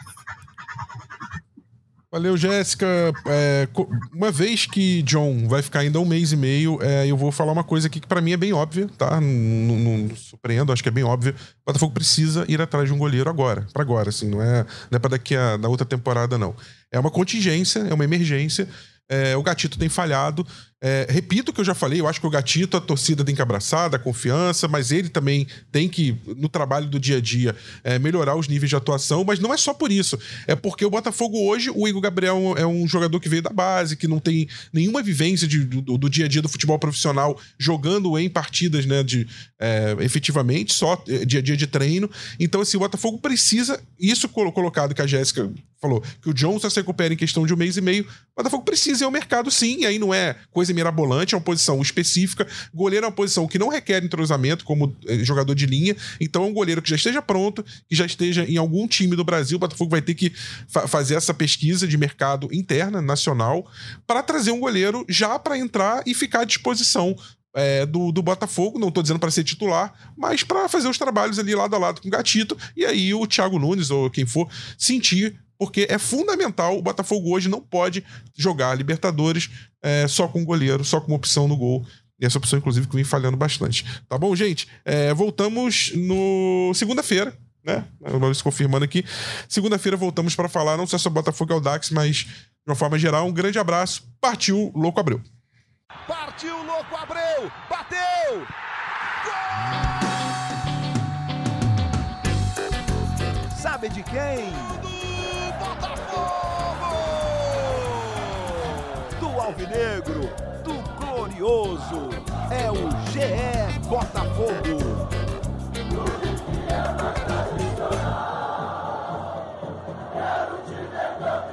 Valeu, Jéssica. Uma vez que John vai ficar ainda 1 mês e meio, eu vou falar uma coisa aqui que pra mim é bem óbvia, tá? Não surpreendo, acho que é bem óbvio. O Botafogo precisa ir atrás de um goleiro agora. Pra agora, assim, não é pra daqui na outra temporada, não. É uma contingência, é uma emergência. O Gatito tem falhado. Repito o que eu já falei, eu acho que o Gatito, a torcida tem que abraçar, dar confiança, mas ele também tem que, no trabalho do dia a dia, melhorar os níveis de atuação, mas não é só por isso. É porque o Botafogo hoje, o Igor Gabriel é um jogador que veio da base, que não tem nenhuma vivência do dia a dia do futebol profissional, jogando em partidas, né, efetivamente, só dia a dia de treino. Então, assim, o Botafogo precisa, isso colocado que a Jéssica falou, que o John só se recupera em questão de 1 mês e meio, o Botafogo precisa ir ao mercado, sim, e aí não é coisa mirabolante, é uma posição específica. Goleiro é uma posição que não requer entrosamento como jogador de linha, então é um goleiro que já esteja pronto, que já esteja em algum time do Brasil. O Botafogo vai ter que fazer essa pesquisa de mercado interna, nacional, para trazer um goleiro já para entrar e ficar à disposição do Botafogo. Não tô dizendo para ser titular, mas para fazer os trabalhos ali lado a lado com o Gatito, e aí o Thiago Nunes ou quem for sentir, porque é fundamental. O Botafogo hoje não pode jogar Libertadores só com goleiro, só com uma opção no gol. E essa opção, inclusive, que vem falhando bastante. Tá bom, gente? Voltamos no segunda-feira, né? Vamos confirmando aqui. Segunda-feira voltamos para falar não só sobre o Botafogo e Audax, mas de uma forma geral. Um grande abraço. Partiu, Louco Abreu. Partiu, Louco Abreu! Bateu! Gol! Sabe de quem? Do Alvinegro, do Glorioso, é o GE Botafogo. Quero te ver cantar.